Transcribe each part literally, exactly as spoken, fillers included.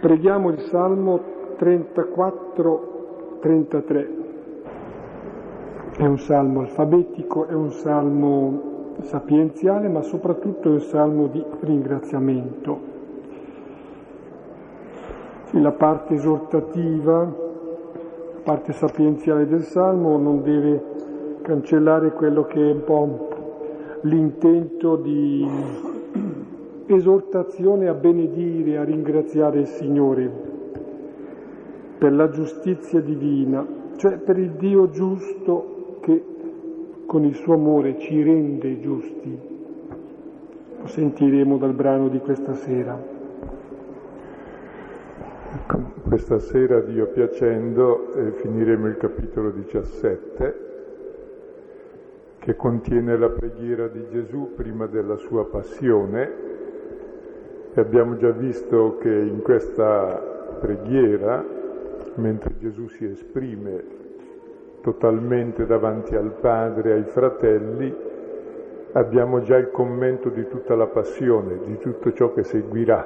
Preghiamo il Salmo trentaquattro trentatré. È un salmo alfabetico, è un salmo sapienziale, ma soprattutto è un salmo di ringraziamento. Sì, la parte esortativa, la parte sapienziale del salmo non deve cancellare quello che è un po' l'intento di esortazione a benedire, a ringraziare il Signore per la giustizia divina, cioè per il Dio giusto che con il suo amore ci rende giusti. Lo sentiremo dal brano di questa sera. Questa sera, Dio piacendo, eh, finiremo il capitolo diciassette, che contiene la preghiera di Gesù prima della sua passione. E abbiamo già visto che in questa preghiera, mentre Gesù si esprime totalmente davanti al Padre e ai fratelli, abbiamo già il commento di tutta la passione, di tutto ciò che seguirà.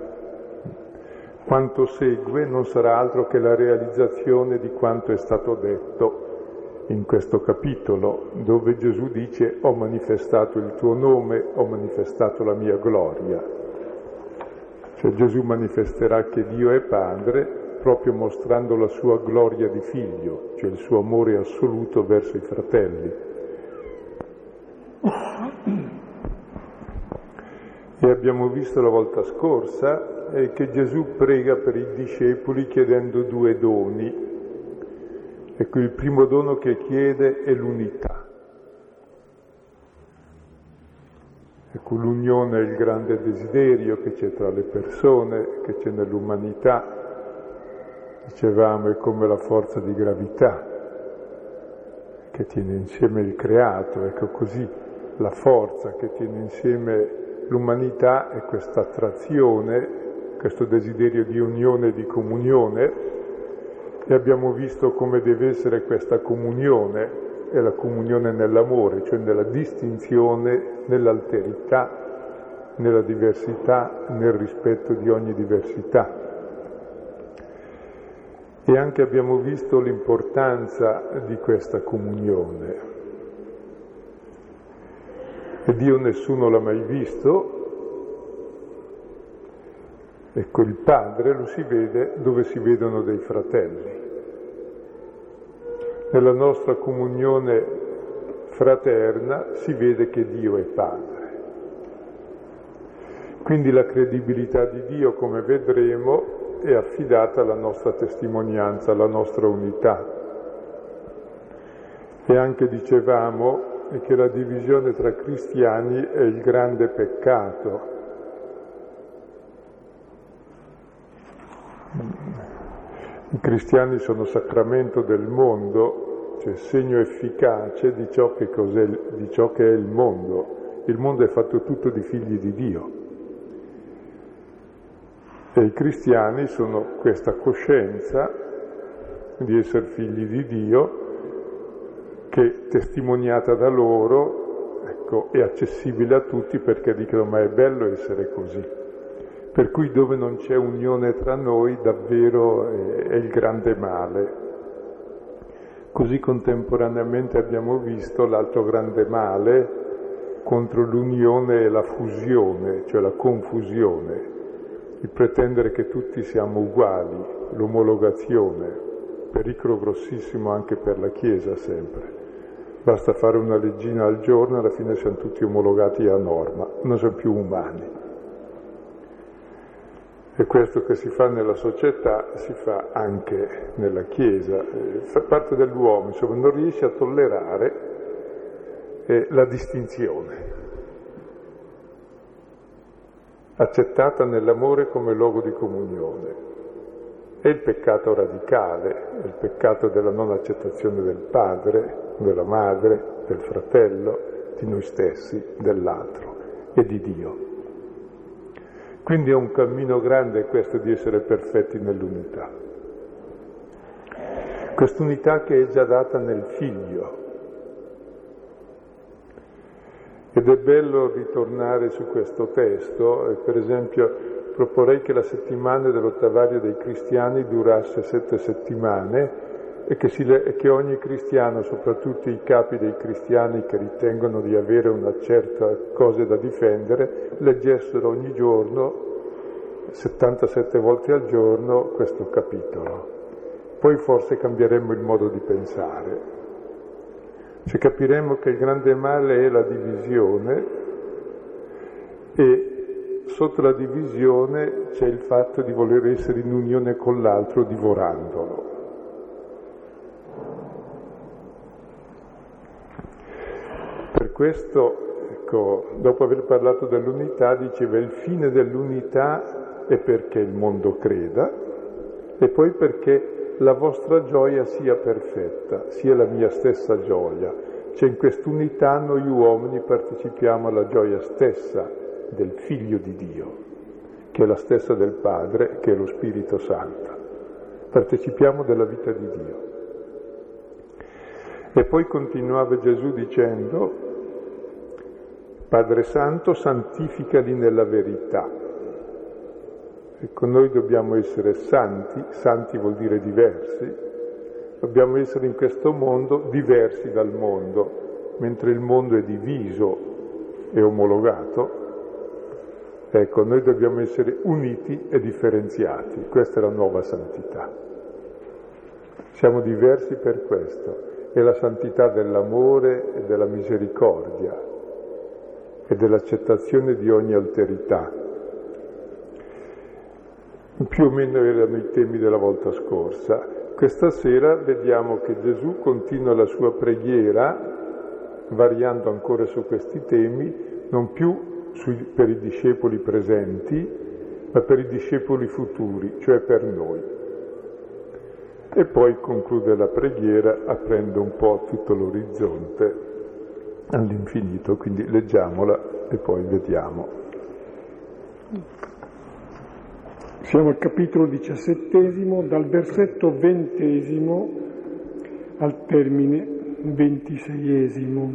Quanto segue non sarà altro che la realizzazione di quanto è stato detto in questo capitolo, dove Gesù dice: ho manifestato il tuo nome, ho manifestato la mia gloria. Cioè Gesù manifesterà che Dio è Padre, proprio mostrando la sua gloria di figlio, cioè il suo amore assoluto verso i fratelli. E abbiamo visto la volta scorsa eh, che Gesù prega per i discepoli chiedendo due doni. Ecco, il primo dono che chiede è l'unità. Ecco, l'unione è il grande desiderio che c'è tra le persone, che c'è nell'umanità. Dicevamo, è come la forza di gravità che tiene insieme il creato. Ecco, così la forza che tiene insieme l'umanità è questa attrazione, questo desiderio di unione e di comunione. E abbiamo visto come deve essere questa comunione, è la comunione nell'amore, cioè nella distinzione, nell'alterità, nella diversità, nel rispetto di ogni diversità. E anche abbiamo visto l'importanza di questa comunione. E Dio nessuno l'ha mai visto. Ecco, il Padre lo si vede dove si vedono dei fratelli. Nella nostra comunione fraterna si vede che Dio è Padre. Quindi la credibilità di Dio, come vedremo, è affidata alla nostra testimonianza, alla nostra unità. E anche dicevamo che la divisione tra cristiani è il grande peccato. I cristiani sono sacramento del mondo, cioè segno efficace di ciò che cos'è, di ciò che è il mondo. Il mondo è fatto tutto di figli di Dio. E i cristiani sono questa coscienza di essere figli di Dio, che testimoniata da loro, ecco, è accessibile a tutti perché dicono: ma è bello essere così. Per cui dove non c'è unione tra noi davvero è, è il grande male. Così contemporaneamente abbiamo visto l'altro grande male contro l'unione e la fusione, cioè la confusione, il pretendere che tutti siamo uguali, l'omologazione, pericolo grossissimo anche per la Chiesa sempre. Basta fare una leggina al giorno e alla fine siamo tutti omologati a norma, non siamo più umani. E questo che si fa nella società si fa anche nella Chiesa, eh, fa parte dell'uomo, insomma non riesce a tollerare eh, la distinzione, accettata nell'amore come luogo di comunione. È il peccato radicale, è il peccato della non accettazione del padre, della madre, del fratello, di noi stessi, dell'altro e di Dio. Quindi è un cammino grande questo di essere perfetti nell'unità. Quest'unità che è già data nel Figlio. Ed è bello ritornare su questo testo, per esempio proporrei che la settimana dell'ottavario dei cristiani durasse sette settimane e che, si le, e che ogni cristiano, soprattutto i capi dei cristiani che ritengono di avere una certa cosa da difendere, leggessero ogni giorno, settantasette volte al giorno, questo capitolo. Poi forse cambieremmo il modo di pensare. Cioè capiremo che il grande male è la divisione e sotto la divisione c'è il fatto di voler essere in unione con l'altro divorandolo. Per questo, ecco, dopo aver parlato dell'unità, diceva il fine dell'unità è perché il mondo creda e poi perché la vostra gioia sia perfetta, sia la mia stessa gioia. Cioè in quest'unità noi uomini partecipiamo alla gioia stessa del Figlio di Dio, che è la stessa del Padre, che è lo Spirito Santo. Partecipiamo della vita di Dio. E poi continuava Gesù dicendo: Padre Santo, santificali nella verità. Ecco, noi dobbiamo essere santi, santi vuol dire diversi, dobbiamo essere in questo mondo diversi dal mondo, mentre il mondo è diviso e omologato, ecco, noi dobbiamo essere uniti e differenziati, questa è la nuova santità. Siamo diversi per questo. È la santità dell'amore e della misericordia e dell'accettazione di ogni alterità. Più o meno erano i temi della volta scorsa. Questa sera vediamo che Gesù continua la sua preghiera, variando ancora su questi temi, non più sui, per i discepoli presenti, ma per i discepoli futuri, cioè per noi. E poi conclude la preghiera aprendo un po' tutto l'orizzonte all'infinito, quindi leggiamola e poi vediamo. Siamo al capitolo diciassettesimo, dal versetto ventesimo al termine ventiseiesimo.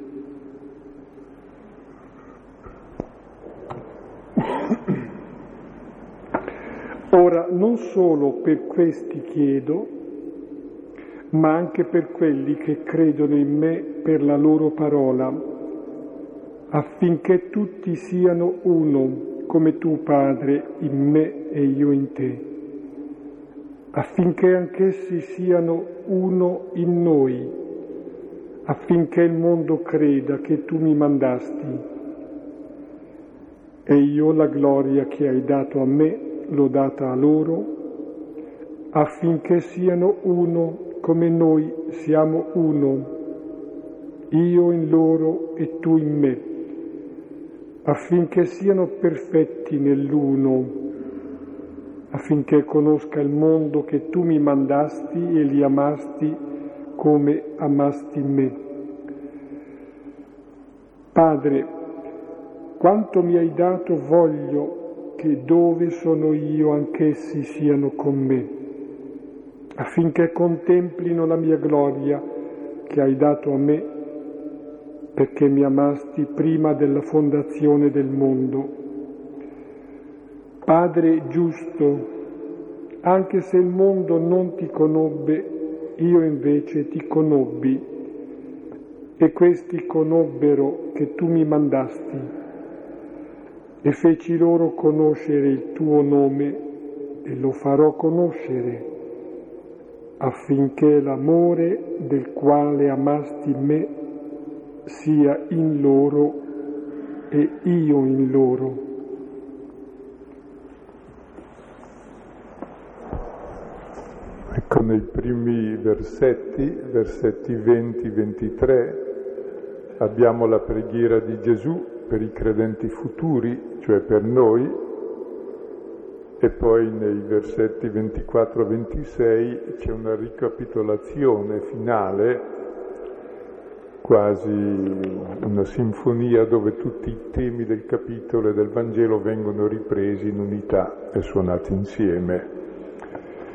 Ora, non solo per questi chiedo, ma anche per quelli che credono in me per la loro parola, affinché tutti siano uno, come tu, Padre, in me e io in te, affinché anch'essi siano uno in noi, affinché il mondo creda che tu mi mandasti. E io la gloria che hai dato a me l'ho data a loro, affinché siano uno come noi siamo uno, io in loro e tu in me, affinché siano perfetti nell'uno, affinché conosca il mondo che tu mi mandasti e li amasti come amasti me. Padre, quanto mi hai dato voglio che dove sono io anch'essi siano con me, affinché contemplino la mia gloria che hai dato a me, perché mi amasti prima della fondazione del mondo. Padre giusto, anche se il mondo non ti conobbe, io invece ti conobbi, e questi conobbero che tu mi mandasti, e feci loro conoscere il tuo nome e lo farò conoscere, affinché l'amore del quale amasti me sia in loro e io in loro. Ecco, nei primi versetti, versetti venti ventitré, abbiamo la preghiera di Gesù per i credenti futuri, cioè per noi, e poi nei versetti ventiquattro ventisei c'è una ricapitolazione finale, quasi una sinfonia dove tutti i temi del capitolo e del Vangelo vengono ripresi in unità e suonati insieme.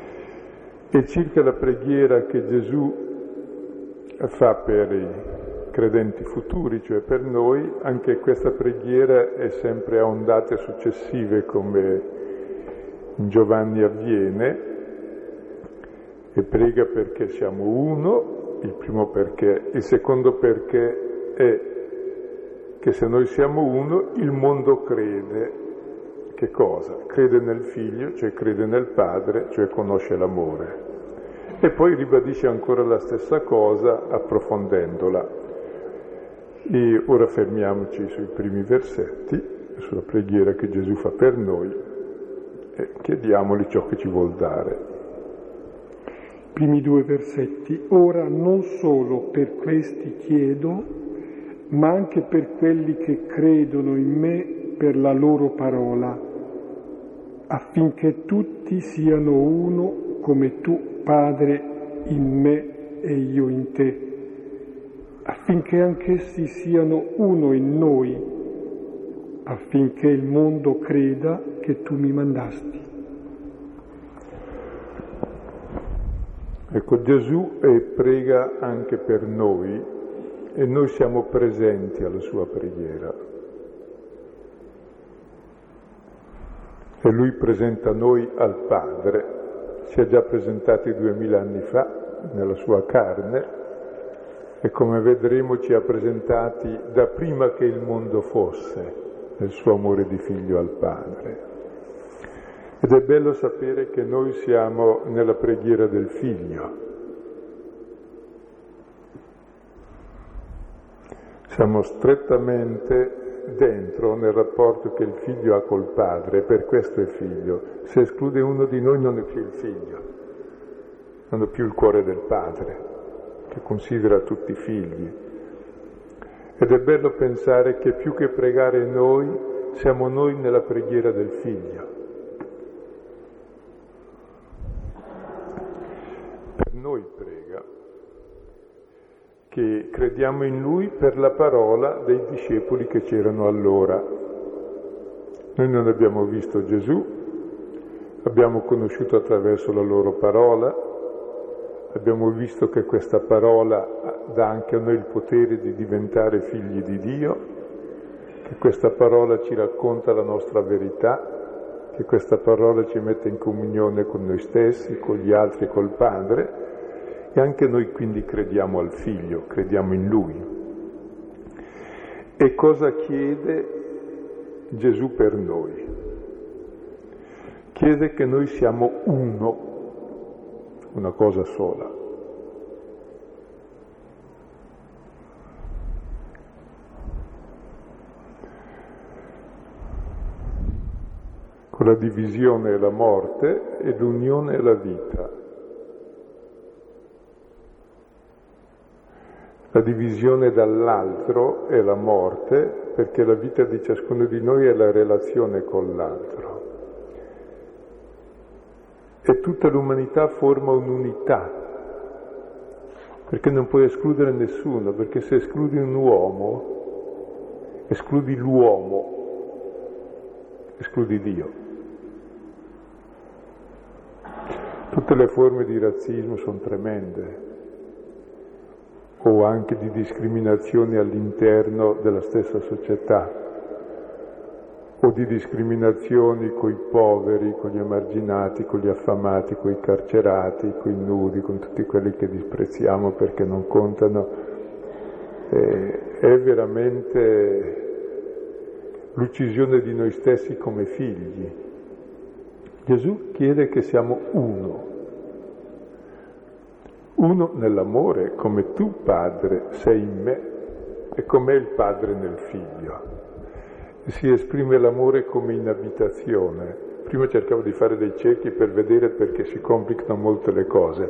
E circa la preghiera che Gesù fa per i credenti futuri, cioè per noi, anche questa preghiera è sempre a ondate successive, come in Giovanni avviene, e prega perché siamo uno, il primo perché, il secondo perché è che se noi siamo uno, il mondo crede. Che cosa? Crede nel Figlio, cioè crede nel Padre, cioè conosce l'amore. E poi ribadisce ancora la stessa cosa approfondendola. E ora fermiamoci sui primi versetti, sulla preghiera che Gesù fa per noi, e chiediamogli ciò che ci vuol dare. Primi due versetti. Ora non solo per questi chiedo, ma anche per quelli che credono in me per la loro parola, affinché tutti siano uno come tu, Padre, in me e io in te, affinché anch'essi siano uno in noi, affinché il mondo creda che tu mi mandasti. Ecco, Gesù eh, prega anche per noi e noi siamo presenti alla sua preghiera. E lui presenta noi al Padre, si è già presentati duemila anni fa nella sua carne e come vedremo ci ha presentati da prima che il mondo fosse nel suo amore di figlio al Padre. Ed è bello sapere che noi siamo nella preghiera del Figlio. Siamo strettamente dentro nel rapporto che il Figlio ha col Padre, per questo è Figlio. Se esclude uno di noi non è più il Figlio, non è più il cuore del Padre, che considera tutti figli. Ed è bello pensare che più che pregare noi, siamo noi nella preghiera del Figlio. Per noi prega, che crediamo in Lui per la parola dei discepoli che c'erano allora. Noi non abbiamo visto Gesù, abbiamo conosciuto attraverso la loro parola, abbiamo visto che questa parola dà anche a noi il potere di diventare figli di Dio, che questa parola ci racconta la nostra verità, che questa parola ci mette in comunione con noi stessi, con gli altri e col Padre. E anche noi quindi crediamo al Figlio, crediamo in Lui. E cosa chiede Gesù per noi? Chiede che noi siamo uno, una cosa sola. Con la divisione è la morte e l'unione è la vita. La divisione dall'altro è la morte, perché la vita di ciascuno di noi è la relazione con l'altro. E tutta l'umanità forma un'unità, perché non puoi escludere nessuno, perché se escludi un uomo, escludi l'uomo, escludi Dio. Tutte le forme di razzismo sono tremende, o anche di discriminazioni all'interno della stessa società, o di discriminazioni con i poveri, con gli emarginati, con gli affamati, con i carcerati, con i nudi, con tutti quelli che disprezziamo perché non contano. Eh, è veramente l'uccisione di noi stessi come figli. Gesù chiede che siamo uno. Uno nell'amore, come tu, Padre, sei in me e com'è il Padre nel Figlio. Si esprime l'amore come in abitazione. Prima cercavo di fare dei cerchi per vedere perché si complicano molto le cose.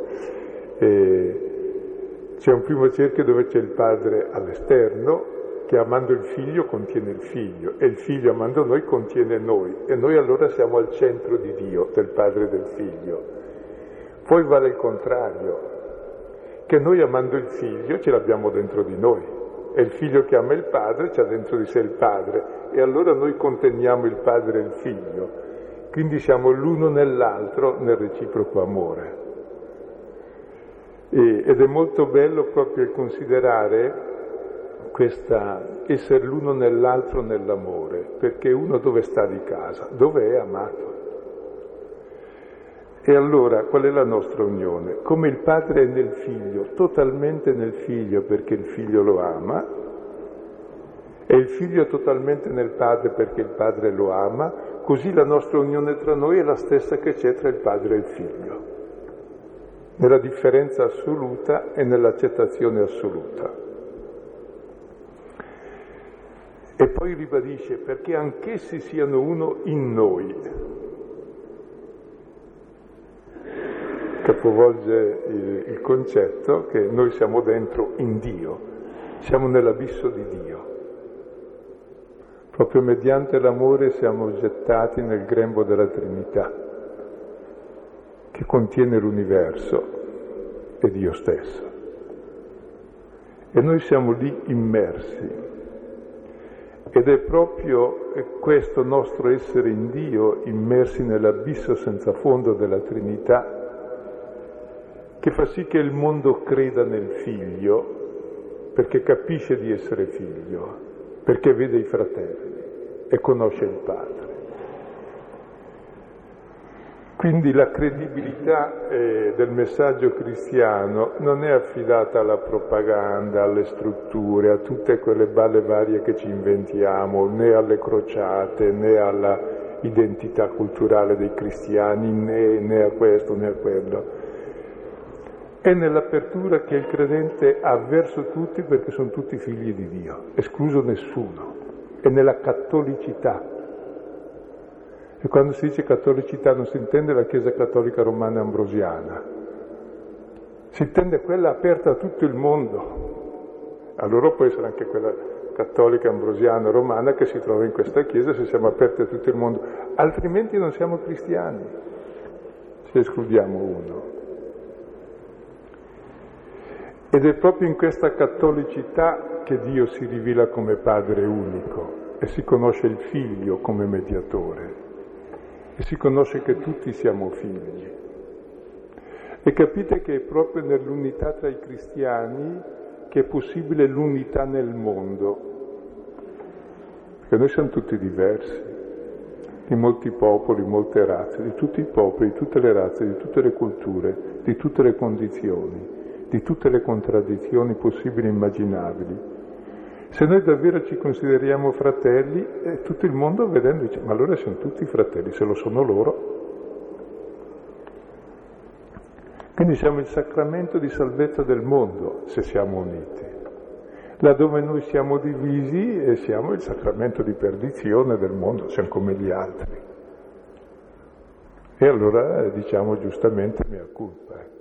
E c'è un primo cerchio dove c'è il Padre all'esterno, che amando il Figlio contiene il Figlio, e il Figlio amando noi contiene noi, e noi allora siamo al centro di Dio, del Padre e del Figlio. Poi vale il contrario, che noi amando il Figlio ce l'abbiamo dentro di noi, e il Figlio che ama il Padre c'ha dentro di sé il Padre, e allora noi conteniamo il Padre e il Figlio, quindi siamo l'uno nell'altro nel reciproco amore. E, ed è molto bello proprio il considerare questa essere l'uno nell'altro nell'amore, perché uno dove sta di casa? Dove è amato. E allora qual è la nostra unione? Come il padre è nel figlio, totalmente nel figlio perché il figlio lo ama, e il figlio è totalmente nel padre perché il padre lo ama, così la nostra unione tra noi è la stessa che c'è tra il padre e il figlio, nella differenza assoluta e nell'accettazione assoluta. E poi ribadisce perché anch'essi siano uno in noi. Capovolge il, il concetto che noi siamo dentro in Dio, siamo nell'abisso di Dio. Proprio mediante l'amore siamo gettati nel grembo della Trinità, che contiene l'universo e Dio stesso. E noi siamo lì immersi. Ed è proprio questo nostro essere in Dio, immersi nell'abisso senza fondo della Trinità, che fa sì che il mondo creda nel Figlio, perché capisce di essere Figlio, perché vede i fratelli e conosce il Padre. Quindi la credibilità eh, del messaggio cristiano non è affidata alla propaganda, alle strutture, a tutte quelle balle varie che ci inventiamo, né alle crociate, né alla identità culturale dei cristiani, né, né a questo, né a quello. È nell'apertura che il credente ha verso tutti perché sono tutti figli di Dio, escluso nessuno. È nella cattolicità. E quando si dice cattolicità non si intende la Chiesa cattolica romana ambrosiana, si intende quella aperta a tutto il mondo. Allora può essere anche quella cattolica ambrosiana romana che si trova in questa Chiesa se siamo aperti a tutto il mondo, altrimenti non siamo cristiani, se escludiamo uno. Ed è proprio in questa cattolicità che Dio si rivela come Padre unico e si conosce il Figlio come mediatore. E si conosce che tutti siamo figli. E capite che è proprio nell'unità tra i cristiani che è possibile l'unità nel mondo. Perché noi siamo tutti diversi, di molti popoli, molte razze, di tutti i popoli, di tutte le razze, di tutte le culture, di tutte le condizioni, di tutte le contraddizioni possibili e immaginabili. Se noi davvero ci consideriamo fratelli, eh, tutto il mondo vedendo dice, ma allora siamo tutti fratelli, se lo sono loro. Quindi siamo il sacramento di salvezza del mondo, se siamo uniti. Laddove noi siamo divisi, eh, siamo il sacramento di perdizione del mondo, siamo come gli altri. E allora eh, diciamo giustamente mea culpa, ecco.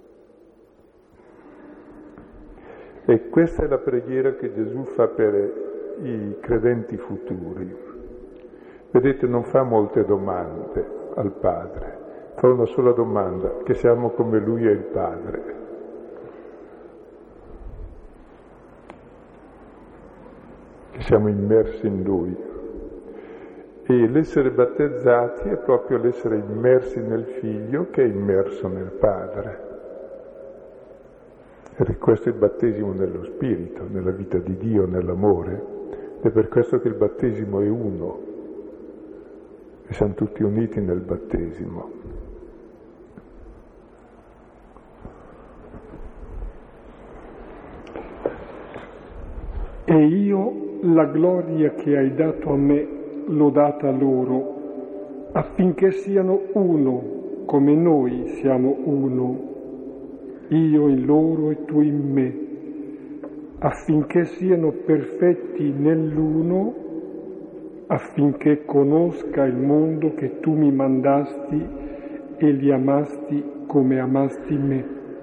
E questa è la preghiera che Gesù fa per i credenti futuri. Vedete, non fa molte domande al Padre, fa una sola domanda, che siamo come Lui e il Padre. Che siamo immersi in Lui. E l'essere battezzati è proprio l'essere immersi nel Figlio che è immerso nel Padre. E questo è il battesimo nello Spirito, nella vita di Dio, nell'amore. È per questo che il battesimo è uno. E siamo tutti uniti nel battesimo. E io la gloria che hai dato a me l'ho data loro, affinché siano uno, come noi siamo uno. Io in loro e tu in me, affinché siano perfetti nell'uno, affinché conosca il mondo che tu mi mandasti e li amasti come amasti me.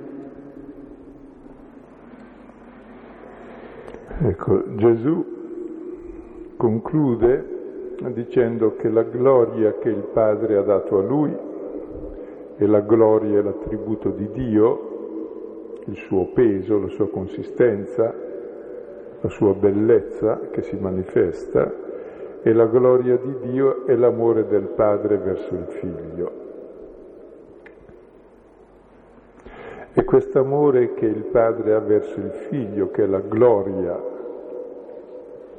Ecco, Gesù conclude dicendo che la gloria che il Padre ha dato a Lui, e la gloria e l'attributo di Dio, il suo peso, la sua consistenza, la sua bellezza che si manifesta, e la gloria di Dio è l'amore del Padre verso il Figlio. E quest'amore che il Padre ha verso il Figlio, che è la gloria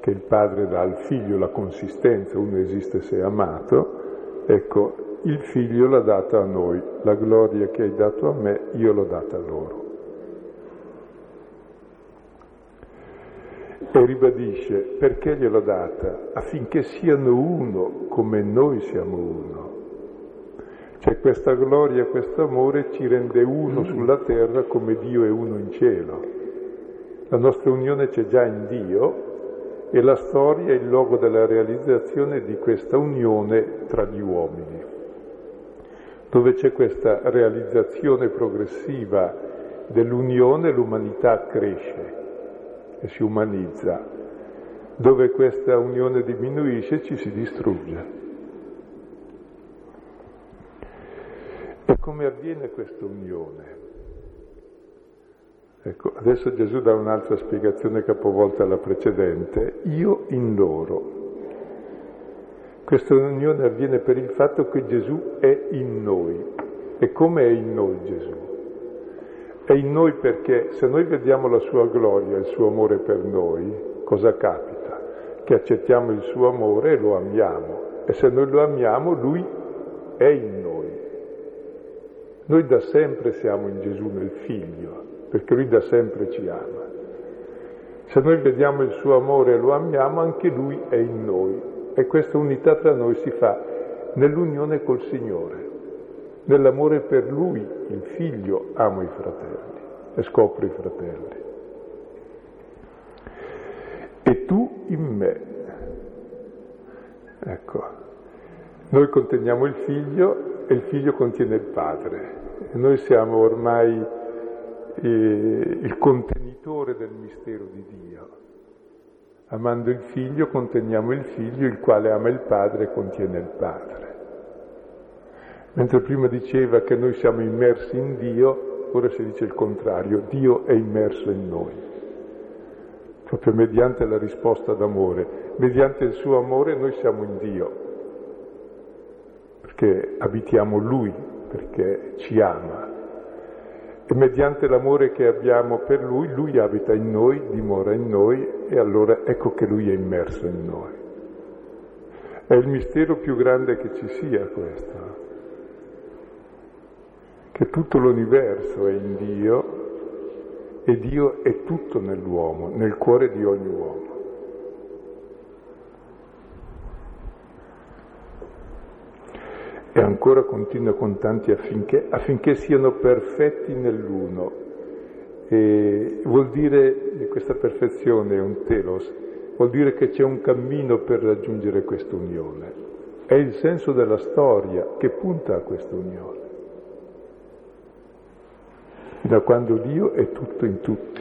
che il Padre dà al Figlio la consistenza, uno esiste se è amato, ecco, il Figlio l'ha data a noi, la gloria che hai dato a me, io l'ho data a loro. E ribadisce, perché gliel'ho data? Affinché siano uno come noi siamo uno. Cioè questa gloria, questo amore ci rende uno sulla terra come Dio è uno in cielo. La nostra unione c'è già in Dio e la storia è il luogo della realizzazione di questa unione tra gli uomini. Dove c'è questa realizzazione progressiva dell'unione, l'umanità cresce e si umanizza. Dove questa unione diminuisce, ci si distrugge. E come avviene questa unione? Ecco, adesso Gesù dà un'altra spiegazione capovolta alla precedente. Io in loro. Questa unione avviene per il fatto che Gesù è in noi. E come è in noi Gesù? È in noi perché se noi vediamo la sua gloria, il suo amore per noi, cosa capita? Che accettiamo il suo amore e lo amiamo. E se noi lo amiamo, lui è in noi. Noi da sempre siamo in Gesù, nel Figlio, perché lui da sempre ci ama. Se noi vediamo il suo amore e lo amiamo, anche lui è in noi. E questa unità tra noi si fa nell'unione col Signore. Nell'amore per lui, il Figlio, amo i fratelli e scopro i fratelli. E tu in me. Ecco, noi conteniamo il Figlio e il Figlio contiene il Padre. E noi siamo ormai eh, il contenitore del mistero di Dio. Amando il Figlio conteniamo il Figlio, il quale ama il Padre e contiene il Padre. Mentre prima diceva che noi siamo immersi in Dio, ora si dice il contrario, Dio è immerso in noi, proprio mediante la risposta d'amore. Mediante il suo amore noi siamo in Dio, perché abitiamo Lui, perché ci ama. E mediante l'amore che abbiamo per Lui, Lui abita in noi, dimora in noi, e allora ecco che Lui è immerso in noi. È il mistero più grande che ci sia questo. Che tutto l'universo è in Dio e Dio è tutto nell'uomo, nel cuore di ogni uomo. E ancora continua con tanti affinché, affinché siano perfetti nell'uno. E vuol dire, questa perfezione è un telos, vuol dire che c'è un cammino per raggiungere questa unione. È il senso della storia che punta a questa unione. Da quando Dio è tutto in tutti.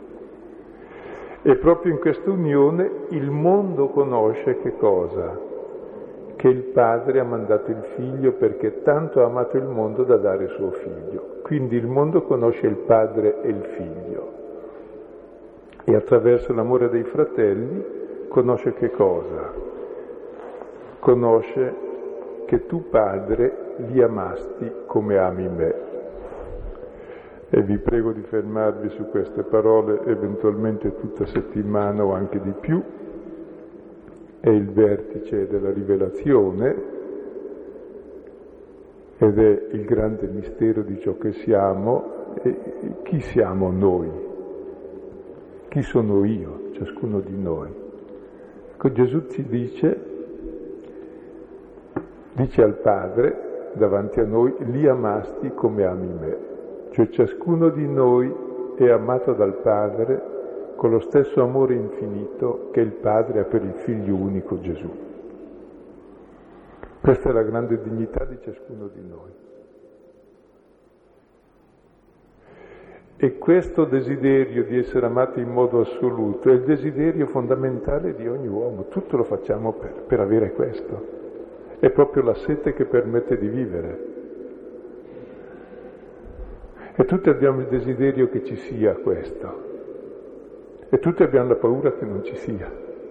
E proprio in questa unione il mondo conosce che cosa? Che il Padre ha mandato il Figlio perché tanto ha amato il mondo da dare suo Figlio. Quindi il mondo conosce il Padre e il Figlio. E attraverso l'amore dei fratelli conosce che cosa? Conosce che tu, Padre, li amasti come ami me. E vi prego di fermarvi su queste parole eventualmente tutta settimana o anche di più. È il vertice della rivelazione ed è il grande mistero di ciò che siamo. E chi siamo noi? Chi sono io, ciascuno di noi? Ecco, Gesù ci dice, dice al Padre davanti a noi, li amasti come ami me. Cioè ciascuno di noi è amato dal Padre con lo stesso amore infinito che il Padre ha per il Figlio unico Gesù. Questa è la grande dignità di ciascuno di noi. E questo desiderio di essere amati in modo assoluto è il desiderio fondamentale di ogni uomo. Tutto lo facciamo per, per avere questo. È proprio la sete che permette di vivere. E tutti abbiamo il desiderio che ci sia questo. E tutti abbiamo la paura che non ci sia.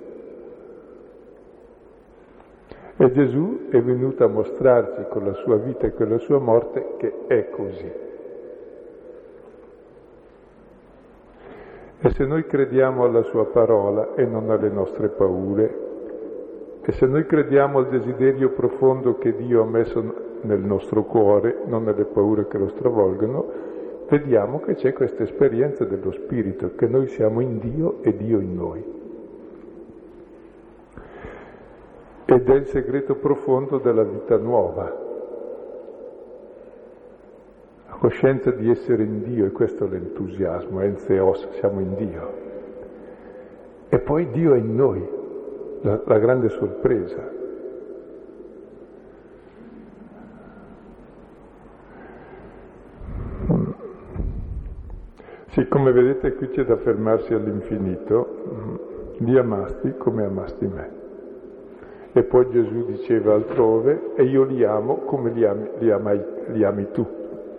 E Gesù è venuto a mostrarci con la sua vita e con la sua morte che è così. E se noi crediamo alla sua parola e non alle nostre paure, e se noi crediamo al desiderio profondo che Dio ha messo nel nostro cuore, non nelle paure che lo stravolgono, vediamo che c'è questa esperienza dello Spirito, che noi siamo in Dio e Dio in noi. Ed è il segreto profondo della vita nuova. La coscienza di essere in Dio, e questo è l'entusiasmo, è il theos, siamo in Dio. E poi Dio è in noi. La, la grande sorpresa. Sì, come vedete qui c'è da fermarsi all'infinito. Li amasti come amasti me. E poi Gesù diceva altrove, e io li amo come li ami, li amai, li ami tu.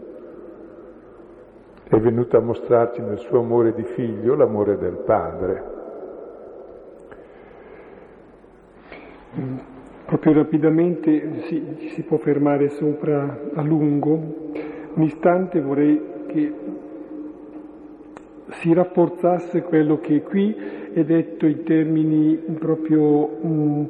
È venuto a mostrarci nel suo amore di figlio l'amore del Padre. Proprio rapidamente sì, ci si può fermare sopra a lungo. Un istante vorrei che si rafforzasse quello che qui è detto in termini proprio mh,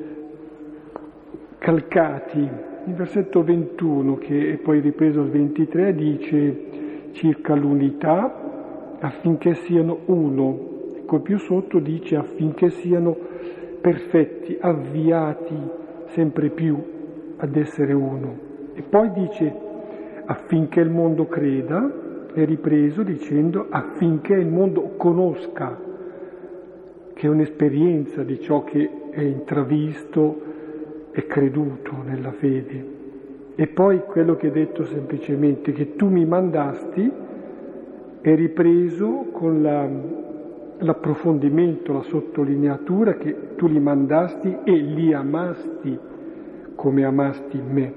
calcati. Il versetto ventuno, che è poi ripreso al ventitré, dice circa l'unità affinché siano uno. Ecco, più sotto dice affinché siano perfetti, avviati sempre più ad essere uno. E poi dice affinché il mondo creda, è ripreso dicendo affinché il mondo conosca, che è un'esperienza di ciò che è intravisto e creduto nella fede. E poi quello che è detto semplicemente, che tu mi mandasti, è ripreso con la l'approfondimento, la sottolineatura che tu li mandasti e li amasti come amasti me.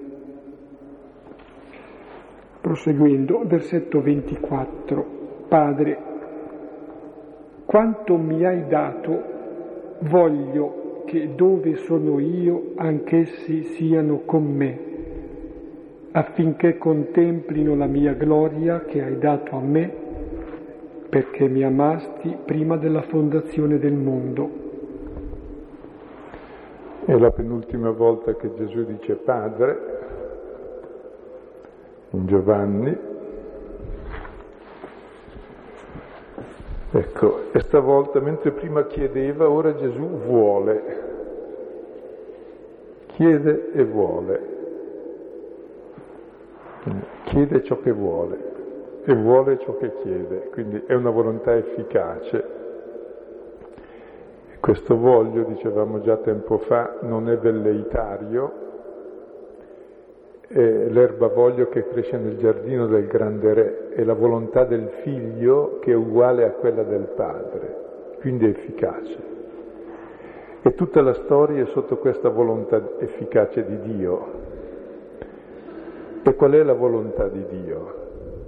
Proseguendo, versetto ventiquattro. Padre, quanto mi hai dato, voglio che dove sono io anch'essi siano con me, affinché contemplino la mia gloria che hai dato a me, perché mi amasti prima della fondazione del mondo. È la penultima volta che Gesù dice Padre, in Giovanni. Ecco, e stavolta, mentre prima chiedeva, ora Gesù vuole. Chiede e vuole. Chiede ciò che vuole. E vuole ciò che chiede, quindi è una volontà efficace. E questo voglio, dicevamo già tempo fa, non è velleitario, è l'erba voglio che cresce nel giardino del grande re, è la volontà del figlio che è uguale a quella del padre, quindi è efficace. E tutta la storia è sotto questa volontà efficace di Dio. E qual è la volontà di Dio?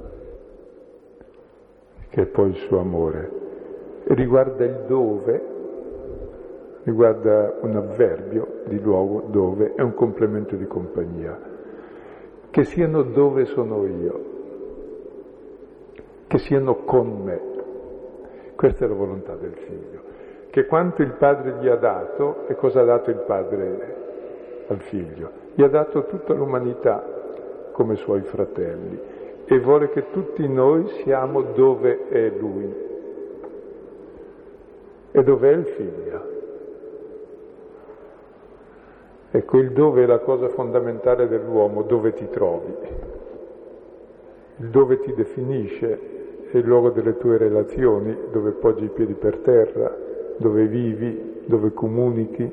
Che è poi il suo amore, e riguarda il dove, riguarda un avverbio di luogo, dove, è un complemento di compagnia, che siano dove sono io, che siano con me. Questa è la volontà del figlio, che quanto il padre gli ha dato, e cosa ha dato il padre al figlio? Gli ha dato tutta l'umanità come suoi fratelli, e vuole che tutti noi siamo dove è Lui. E dov'è il Figlio? Ecco, il dove è la cosa fondamentale dell'uomo, dove ti trovi. Il dove ti definisce, è il luogo delle tue relazioni, dove poggi i piedi per terra, dove vivi, dove comunichi,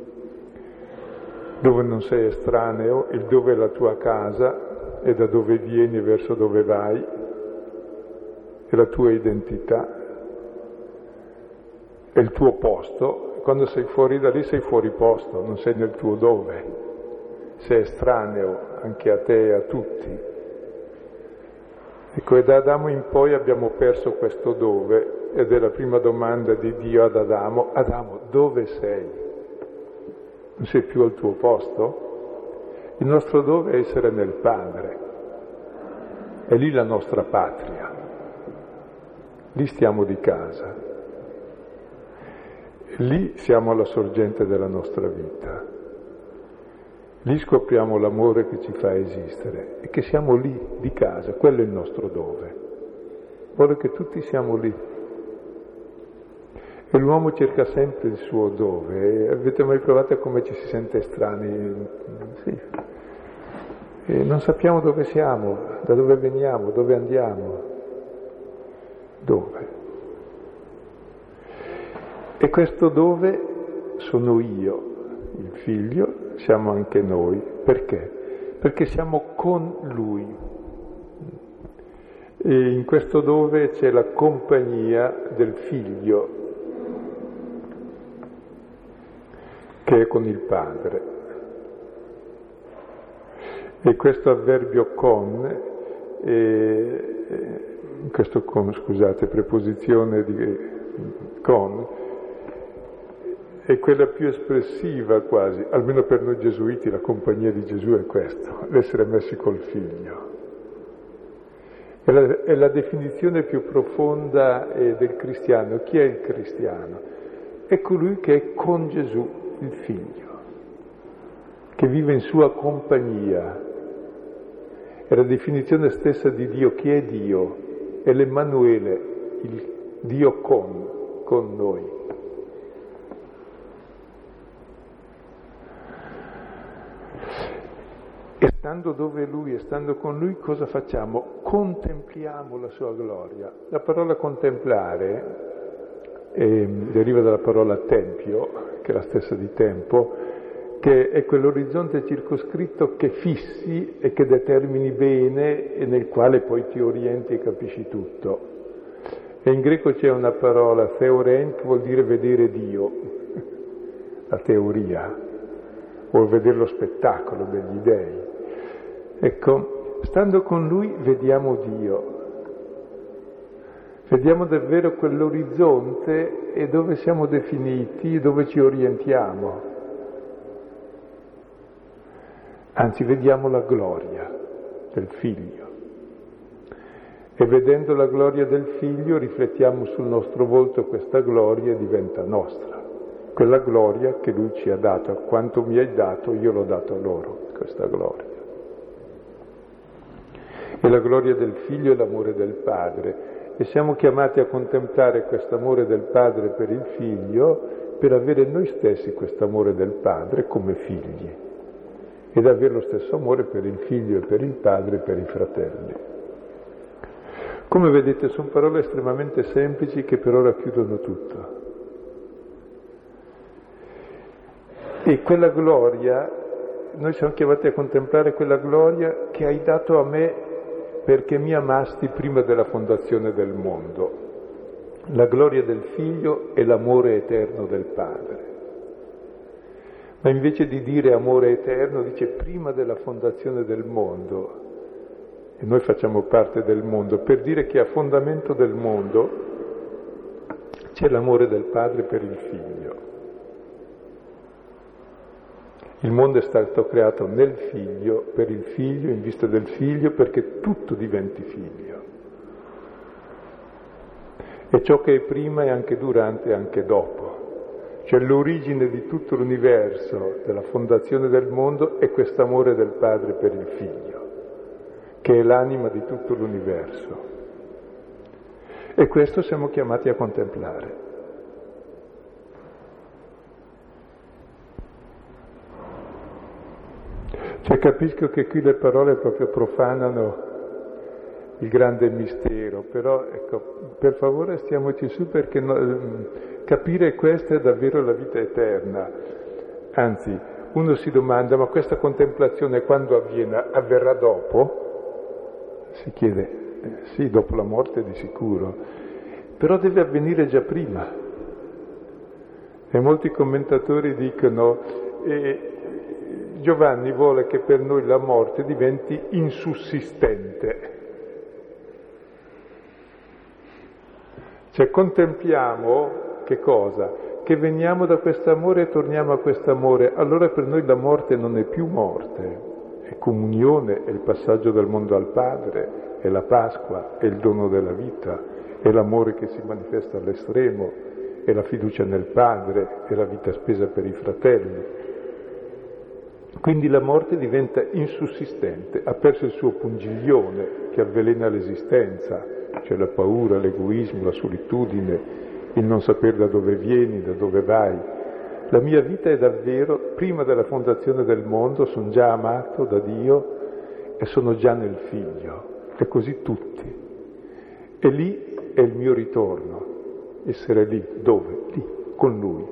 dove non sei estraneo, il dove è la tua casa, è da dove vieni verso dove vai, è la tua identità, è il tuo posto. Quando sei fuori da lì sei fuori posto, non sei nel tuo dove, sei estraneo anche a te e a tutti. Ecco, e da Adamo in poi abbiamo perso questo dove, ed è la prima domanda di Dio ad Adamo: Adamo, dove sei? Non sei più al tuo posto? Il nostro dove è essere nel Padre, è lì la nostra patria. lì stiamo di casa, lì siamo alla sorgente della nostra vita, lì scopriamo l'amore che ci fa esistere e che siamo lì di casa, quello è il nostro dove. Vuole che tutti siamo lì. E l'uomo cerca sempre il suo dove. Avete mai provato come ci si sente strani? Sì. E non sappiamo dove siamo, da dove veniamo, dove andiamo. Dove? E questo dove sono io, il figlio, siamo anche noi. Perché? Perché siamo con lui. E in questo dove c'è la compagnia del figlio, che è con il padre. E questo avverbio con, eh, questo con, scusate, preposizione di con, è quella più espressiva quasi, almeno per noi gesuiti la compagnia di Gesù è questo, l'essere messi col figlio. È la, è la definizione più profonda eh, del cristiano. Chi è il cristiano? È colui che è con Gesù, il figlio, che vive in sua compagnia. È la definizione stessa di Dio. Chi è Dio? È l'Emmanuele, il Dio con, con noi. E stando dove è Lui e stando con Lui, cosa facciamo? Contempliamo la sua gloria. La parola contemplare eh, deriva dalla parola tempio, che è la stessa di tempo, che è quell'orizzonte circoscritto che fissi e che determini bene e nel quale poi ti orienti e capisci tutto. E in greco c'è una parola, theorein, che vuol dire vedere Dio, la teoria, o vedere lo spettacolo degli dei. Ecco, stando con Lui vediamo Dio. Vediamo davvero quell'orizzonte e dove siamo definiti, dove ci orientiamo. Anzi, vediamo la gloria del Figlio. E vedendo la gloria del Figlio riflettiamo sul nostro volto questa gloria e diventa nostra. Quella gloria che Lui ci ha dato, quanto mi hai dato, io l'ho dato a loro, questa gloria. E la gloria del Figlio è l'amore del Padre. E siamo chiamati a contemplare questo amore del Padre per il Figlio per avere noi stessi questo amore del Padre come figli ed avere lo stesso amore per il Figlio e per il Padre e per i fratelli. Come vedete sono parole estremamente semplici che per ora chiudono tutto. E quella gloria, noi siamo chiamati a contemplare quella gloria che hai dato a me perché mi amasti prima della fondazione del mondo. La gloria del Figlio è l'amore eterno del Padre. Ma invece di dire amore eterno, dice prima della fondazione del mondo. E noi facciamo parte del mondo, per dire che a fondamento del mondo c'è l'amore del Padre per il Figlio. Il mondo è stato creato nel Figlio, per il Figlio, in vista del Figlio, perché tutto diventi Figlio. E ciò che è prima è anche durante e anche dopo. Cioè l'origine di tutto l'universo, della fondazione del mondo, è quest'amore del Padre per il Figlio, che è l'anima di tutto l'universo. E questo siamo chiamati a contemplare. Cioè capisco che qui le parole proprio profanano il grande mistero, però ecco, per favore stiamoci su perché no, capire questo è davvero la vita eterna. Anzi, uno si domanda, ma questa contemplazione quando avviene? Avverrà dopo? Si chiede, eh, sì, dopo la morte di sicuro, però deve avvenire già prima. E molti commentatori dicono, eh, Giovanni vuole che per noi la morte diventi insussistente. Cioè contempliamo che cosa? Che veniamo da quest'amore e torniamo a quest'amore. Allora per noi la morte non è più morte, è comunione, è il passaggio dal mondo al Padre, è la Pasqua, è il dono della vita, è l'amore che si manifesta all'estremo, è la fiducia nel Padre, è la vita spesa per i fratelli. Quindi la morte diventa insussistente, ha perso il suo pungiglione che avvelena l'esistenza, cioè la paura, l'egoismo, la solitudine, il non sapere da dove vieni, da dove vai. La mia vita è davvero, prima della fondazione del mondo, sono già amato da Dio e sono già nel Figlio, e così tutti. E lì è il mio ritorno, essere lì, dove? Lì, con Lui.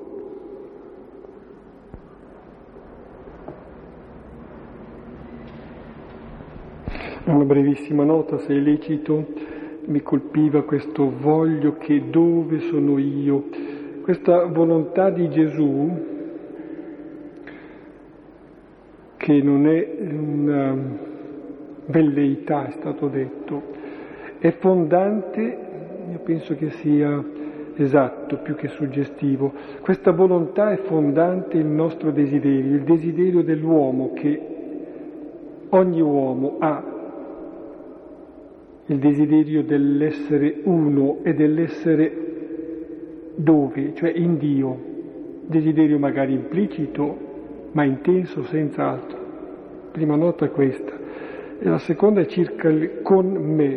Una brevissima nota, se è lecito, mi colpiva questo voglio che dove sono io, questa volontà di Gesù, che non è una velleità, è stato detto, è fondante, io penso che sia esatto, più che suggestivo, questa volontà è fondante il nostro desiderio, il desiderio dell'uomo che ogni uomo ha, il desiderio dell'essere uno e dell'essere dove, cioè in Dio, desiderio magari implicito, ma intenso senz'altro. Prima nota è questa. E la seconda è circa il con me.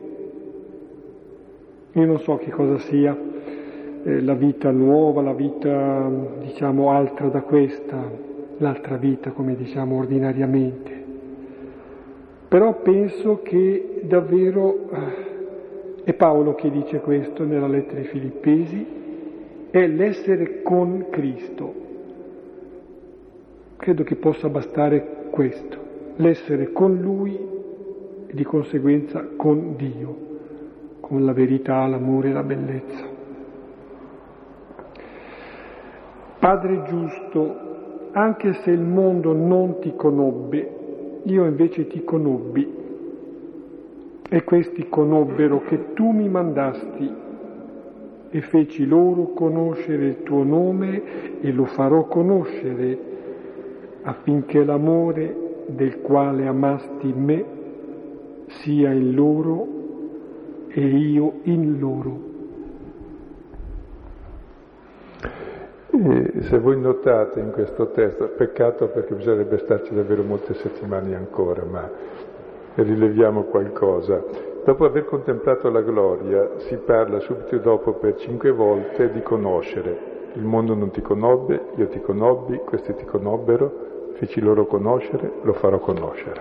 Io non so che cosa sia eh, la vita nuova, la vita, diciamo, altra da questa, l'altra vita, come diciamo ordinariamente. Però penso che davvero, è Paolo che dice questo nella lettera ai Filippesi, è l'essere con Cristo. Credo che possa bastare questo, l'essere con Lui e di conseguenza con Dio, con la verità, l'amore e la bellezza. Padre giusto, anche se il mondo non ti conobbe, io invece ti conobbi, e questi conobbero che tu mi mandasti, e feci loro conoscere il tuo nome, e lo farò conoscere, affinché l'amore del quale amasti me sia in loro e io in loro. E se voi notate in questo testo, peccato perché bisognerebbe starci davvero molte settimane ancora, ma rileviamo qualcosa. Dopo aver contemplato la gloria, si parla subito dopo per cinque volte di conoscere. Il mondo non ti conobbe, io ti conobbi, questi ti conobbero, feci loro conoscere, lo farò conoscere.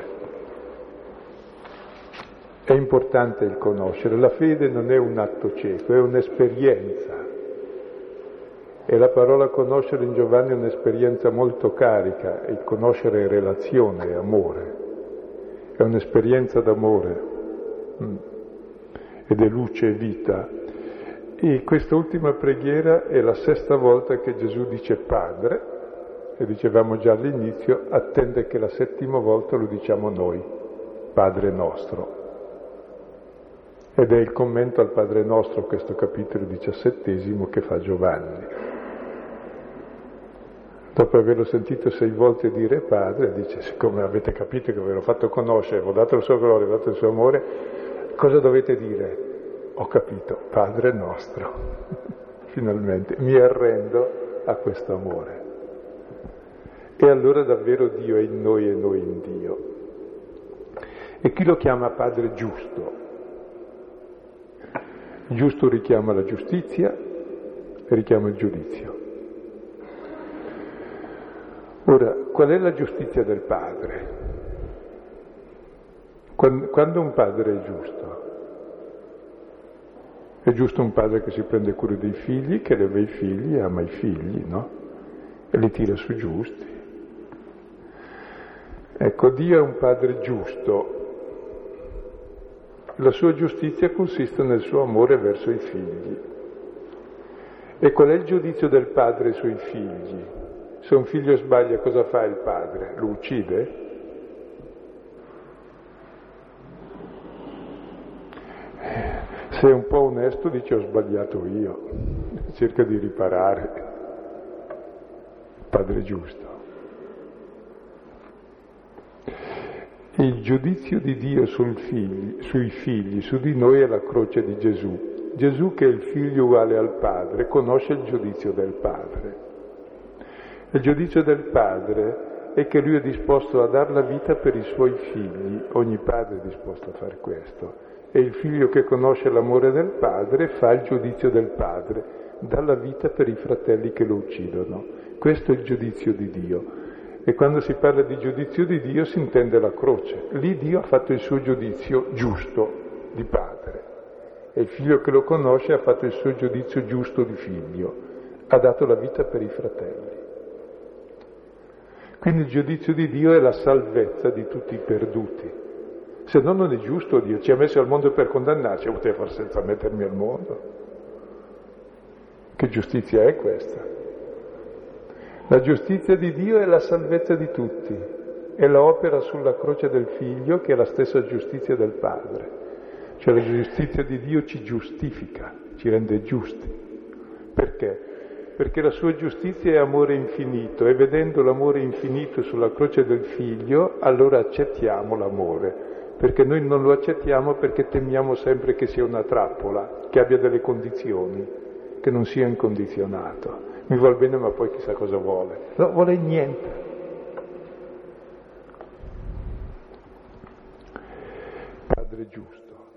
È importante il conoscere, la fede non è un atto cieco, è un'esperienza. E la parola conoscere in Giovanni è un'esperienza molto carica, il conoscere è relazione, è amore, è un'esperienza d'amore, mm. ed è luce e vita. E questa ultima preghiera è la sesta volta che Gesù dice Padre, e dicevamo già all'inizio, attende che la settima volta lo diciamo noi, Padre nostro. Ed è il commento al Padre nostro, questo capitolo diciassettesimo che fa Giovanni. Dopo averlo sentito sei volte dire Padre, dice, siccome avete capito che ve l'ho fatto conoscere, vi ho dato il suo gloria, vi ho dato il suo amore, cosa dovete dire? Ho capito, Padre nostro, finalmente, mi arrendo a questo amore. E allora davvero Dio è in noi e noi in Dio. E chi lo chiama Padre giusto? Giusto richiama la giustizia e richiama il giudizio. Ora, qual è la giustizia del padre? Quando un padre è giusto? È giusto un padre che si prende cura dei figli, che leva i figli, ama i figli, no? E li tira su giusti. Ecco, Dio è un padre giusto. La sua giustizia consiste nel suo amore verso i figli. E qual è il giudizio del padre sui figli? Se un figlio sbaglia, cosa fa il padre? Lo uccide? Se è un po' onesto dice ho sbagliato io, cerca di riparare. Padre giusto. Il giudizio di Dio sul figli, sui figli, su di noi è la croce di Gesù. Gesù, che è il figlio uguale al Padre, conosce il giudizio del Padre. Il giudizio del Padre è che lui è disposto a dar la vita per i suoi figli, ogni padre è disposto a fare questo. E il figlio che conosce l'amore del Padre fa il giudizio del Padre, dà la vita per i fratelli che lo uccidono. Questo è il giudizio di Dio. E quando si parla di giudizio di Dio si intende la croce. Lì Dio ha fatto il suo giudizio giusto di padre e il figlio che lo conosce ha fatto il suo giudizio giusto di figlio, ha dato la vita per i fratelli. Quindi il giudizio di Dio è la salvezza di tutti i perduti. Se no non è giusto Dio, ci ha messo al mondo per condannarci, potevo far senza mettermi al mondo. Che giustizia è questa? La giustizia di Dio è la salvezza di tutti, è l'opera sulla croce del Figlio che è la stessa giustizia del Padre. Cioè la giustizia di Dio ci giustifica, ci rende giusti. Perché? Perché la sua giustizia è amore infinito e vedendo l'amore infinito sulla croce del Figlio, allora accettiamo l'amore, perché noi non lo accettiamo perché temiamo sempre che sia una trappola, che abbia delle condizioni, che non sia incondizionato. Mi vuol bene ma poi chissà cosa vuole. No, vuole niente. Padre giusto.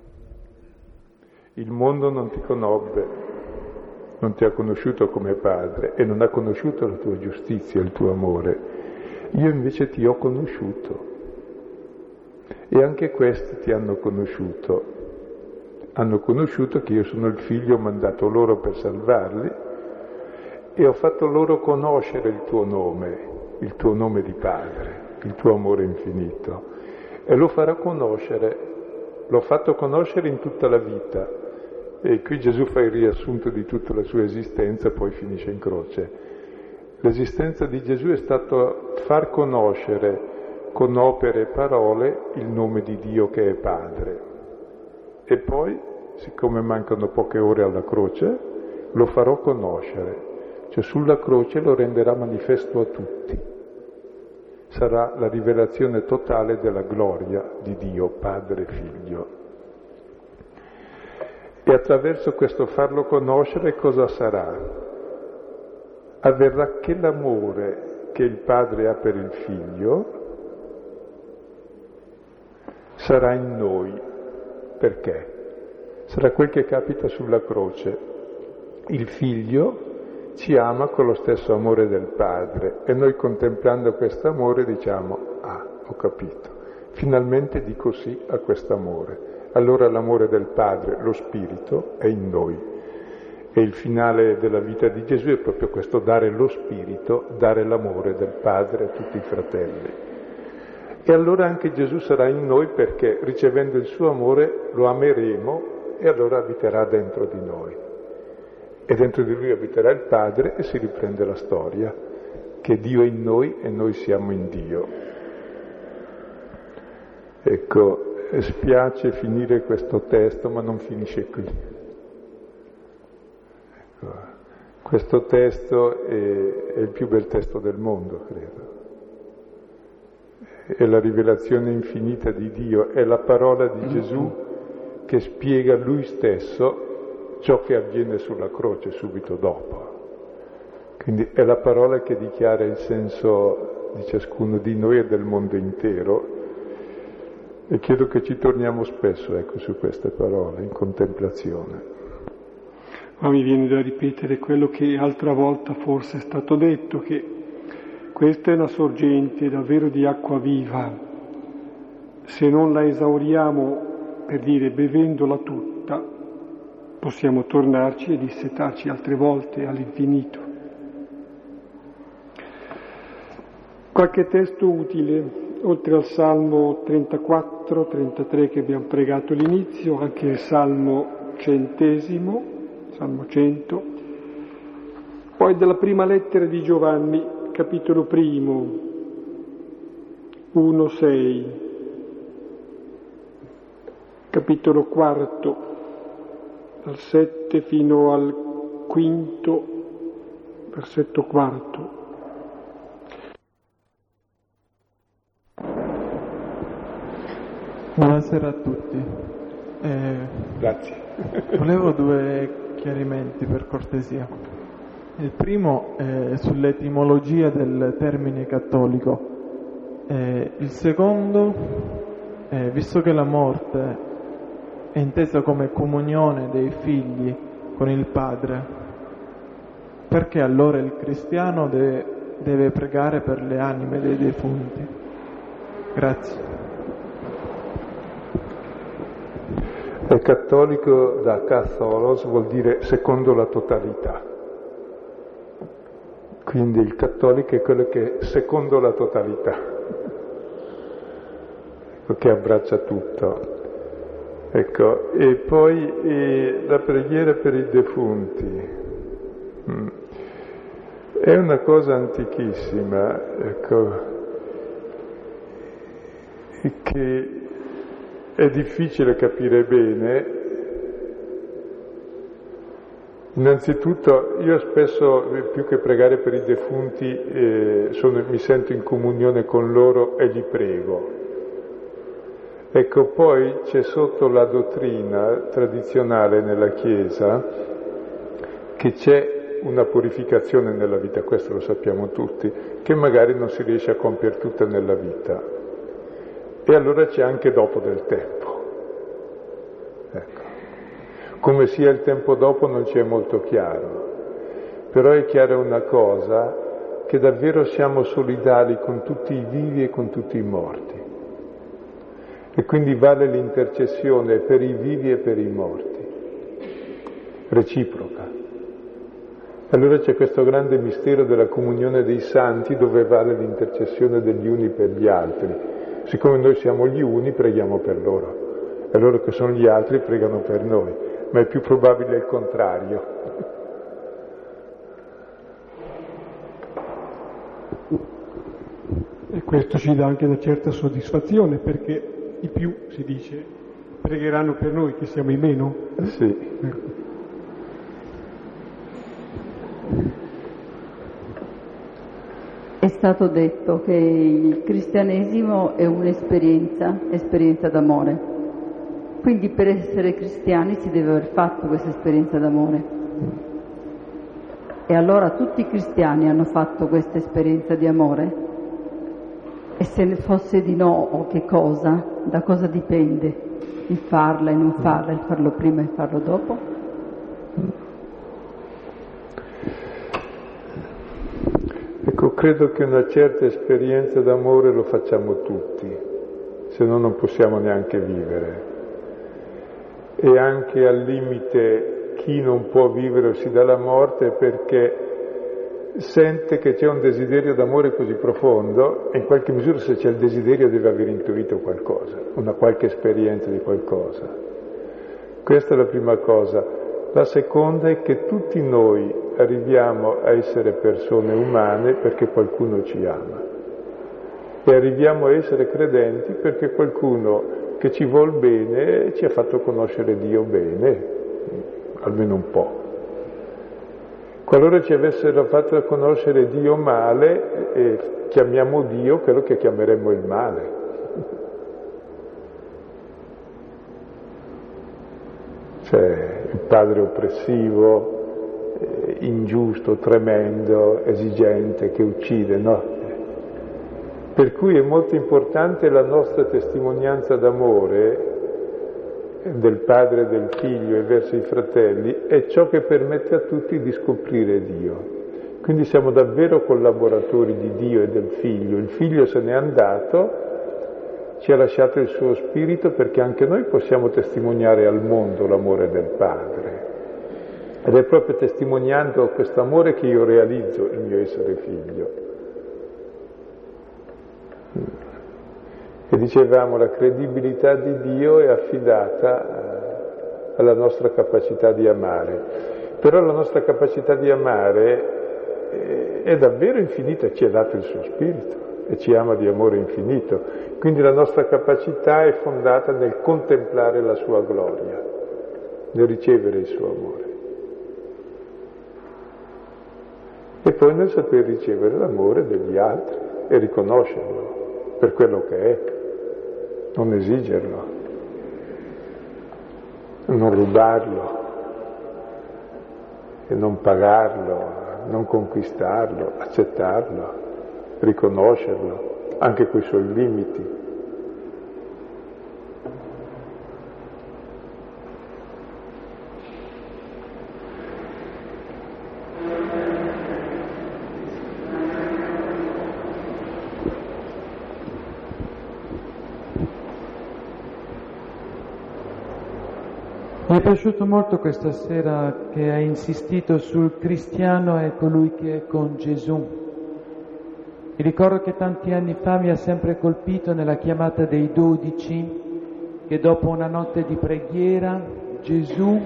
Il mondo non ti conobbe, non ti ha conosciuto come padre e non ha conosciuto la tua giustizia, il tuo amore. Io invece ti ho conosciuto e anche questi ti hanno conosciuto. Hanno conosciuto che io sono il figlio mandato loro per salvarli e ho fatto loro conoscere il tuo nome, il tuo nome di padre, il tuo amore infinito. E lo farà conoscere, l'ho fatto conoscere in tutta la vita. E qui Gesù fa il riassunto di tutta la sua esistenza, poi finisce in croce. L'esistenza di Gesù è stato far conoscere con opere e parole il nome di Dio che è Padre. E poi, siccome mancano poche ore alla croce, lo farò conoscere. Cioè sulla croce lo renderà manifesto a tutti. Sarà la rivelazione totale della gloria di Dio, Padre e Figlio. E attraverso questo farlo conoscere cosa sarà? Avverrà che l'amore che il Padre ha per il Figlio sarà in noi. Perché? Sarà quel che capita sulla croce. Il Figlio ci ama con lo stesso amore del Padre e noi contemplando questo amore diciamo, ah, ho capito, finalmente dico sì a questo amore. Allora l'amore del Padre, lo Spirito, è in noi. E il finale della vita di Gesù è proprio questo, dare lo Spirito, dare l'amore del Padre a tutti i fratelli. E allora anche Gesù sarà in noi perché ricevendo il suo amore lo ameremo e allora abiterà dentro di noi. E dentro di lui abiterà il Padre e si riprende la storia, che Dio è in noi e noi siamo in Dio. Ecco, spiace finire questo testo, ma non finisce qui. Ecco, questo testo è, è il più bel testo del mondo, credo. È la rivelazione infinita di Dio, è la parola di Gesù che spiega lui stesso ciò che avviene sulla croce subito dopo. Quindi è la parola che dichiara il senso di ciascuno di noi e del mondo intero e chiedo che ci torniamo spesso, ecco, su queste parole, in contemplazione. Ma mi viene da ripetere quello che altra volta forse è stato detto, che questa è una sorgente davvero di acqua viva. Se non la esauriamo, per dire, bevendola tutta, possiamo tornarci e dissetarci altre volte all'infinito. Qualche testo utile, oltre al Salmo trentaquattro, trentatré che abbiamo pregato all'inizio, anche il Salmo centesimo, Salmo cento, poi dalla prima lettera di Giovanni, capitolo primo, uno sei, capitolo quarto, dal sette fino al quinto, versetto quarto. Buonasera a tutti. Eh, Grazie. Volevo due chiarimenti per cortesia. Il primo è sull'etimologia del termine cattolico. Eh, il secondo, eh, visto che la morte è intesa come comunione dei figli con il Padre, perché allora il cristiano deve, deve pregare per le anime dei defunti? Grazie. È cattolico, da katholos vuol dire secondo la totalità. Quindi il cattolico è quello che è secondo la totalità, che abbraccia tutto. Ecco, e poi e la preghiera per i defunti. Mm. È una cosa antichissima, ecco, che è difficile capire bene. Innanzitutto io spesso, più che pregare per i defunti, eh, sono, mi sento in comunione con loro e li prego. Ecco, poi c'è sotto la dottrina tradizionale nella Chiesa che c'è una purificazione nella vita, questo lo sappiamo tutti, che magari non si riesce a compiere tutta nella vita. E allora c'è anche dopo del tempo. Ecco. Come sia il tempo dopo non ci è molto chiaro, però è chiara una cosa, che davvero siamo solidali con tutti i vivi e con tutti i morti. E quindi vale l'intercessione per i vivi e per i morti, reciproca. Allora c'è questo grande mistero della comunione dei santi, dove vale l'intercessione degli uni per gli altri. Siccome noi siamo gli uni, preghiamo per loro, e loro che sono gli altri pregano per noi, ma è più probabile il contrario. E questo ci dà anche una certa soddisfazione, perché i più, si dice, pregheranno per noi che siamo i meno. Sì. È stato detto che il cristianesimo è un'esperienza, esperienza d'amore. Quindi per essere cristiani si deve aver fatto questa esperienza d'amore. E allora tutti i cristiani hanno fatto questa esperienza di amore? E se ne fosse di no, o che cosa? Da cosa dipende il farla e non farla, il farlo prima e farlo dopo? Ecco, credo che una certa esperienza d'amore lo facciamo tutti, se no non possiamo neanche vivere. E anche al limite chi non può vivere si dà la morte perché sente che c'è un desiderio d'amore così profondo, e in qualche misura se c'è il desiderio deve aver intuito qualcosa, una qualche esperienza di qualcosa. Questa è la prima cosa. La seconda è che tutti noi arriviamo a essere persone umane perché qualcuno ci ama, e arriviamo a essere credenti perché qualcuno che ci vuol bene ci ha fatto conoscere Dio bene, almeno un po'. Qualora ci avessero fatto conoscere Dio male, eh, chiamiamo Dio quello che chiameremmo il male. Cioè il padre oppressivo, eh, ingiusto, tremendo, esigente, che uccide, no? Per cui è molto importante la nostra testimonianza d'amore del padre e del figlio e verso i fratelli, è ciò che permette a tutti di scoprire Dio. Quindi siamo davvero collaboratori di Dio e del figlio. Il figlio se n'è andato, ci ha lasciato il suo spirito perché anche noi possiamo testimoniare al mondo l'amore del padre. Ed è proprio testimoniando questo amore che io realizzo il mio essere figlio. E dicevamo, la credibilità di Dio è affidata alla nostra capacità di amare, però la nostra capacità di amare è davvero infinita, ci ha dato il suo spirito e ci ama di amore infinito, quindi la nostra capacità è fondata nel contemplare la sua gloria, nel ricevere il suo amore e poi nel saper ricevere l'amore degli altri e riconoscerlo per quello che è, non esigerlo. non rubarlo, e non pagarlo, non conquistarlo, accettarlo, riconoscerlo, anche coi suoi limiti. Mi è piaciuto molto questa sera che hai insistito sul cristiano è colui che è con Gesù. Mi ricordo che tanti anni fa mi ha sempre colpito nella chiamata dei dodici che dopo una notte di preghiera Gesù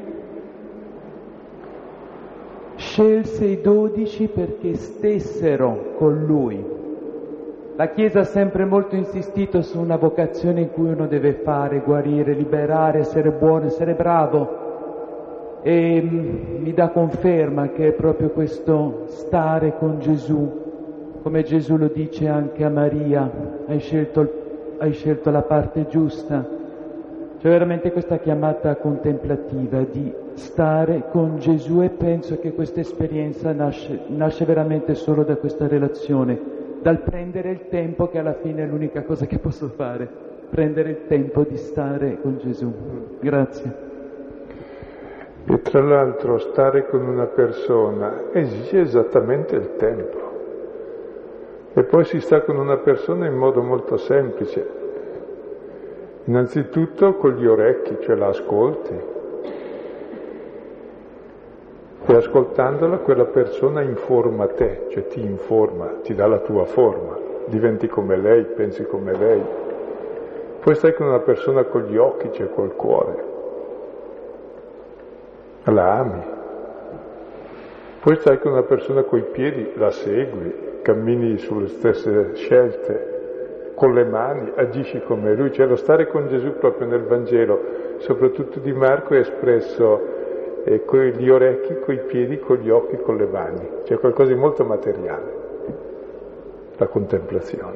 scelse i dodici perché stessero con lui. La Chiesa ha sempre molto insistito su una vocazione in cui uno deve fare, guarire, liberare, essere buono, essere bravo, e mi dà conferma che è proprio questo stare con Gesù, come Gesù lo dice anche a Maria, hai scelto, hai scelto la parte giusta. C'è veramente questa chiamata contemplativa di stare con Gesù, e penso che questa esperienza nasce, nasce veramente solo da questa relazione, dal prendere il tempo, che alla fine è l'unica cosa che posso fare, prendere il tempo di stare con Gesù. Grazie. E tra l'altro stare con una persona esige esattamente il tempo. E poi si sta con una persona in modo molto semplice. Innanzitutto con gli orecchi, cioè la ascolti. E ascoltandola quella persona informa te, cioè ti informa, ti dà la tua forma, diventi come lei, pensi come lei. Poi stai con una persona con gli occhi, cioè col cuore, la ami. Poi stai con una persona coi piedi, la segui, cammini sulle stesse scelte, con le mani agisci come lui. Cioè lo stare con Gesù proprio nel Vangelo, soprattutto di Marco, è espresso e con gli orecchi, coi piedi, con gli occhi, con le mani. C'è qualcosa di molto materiale, la contemplazione.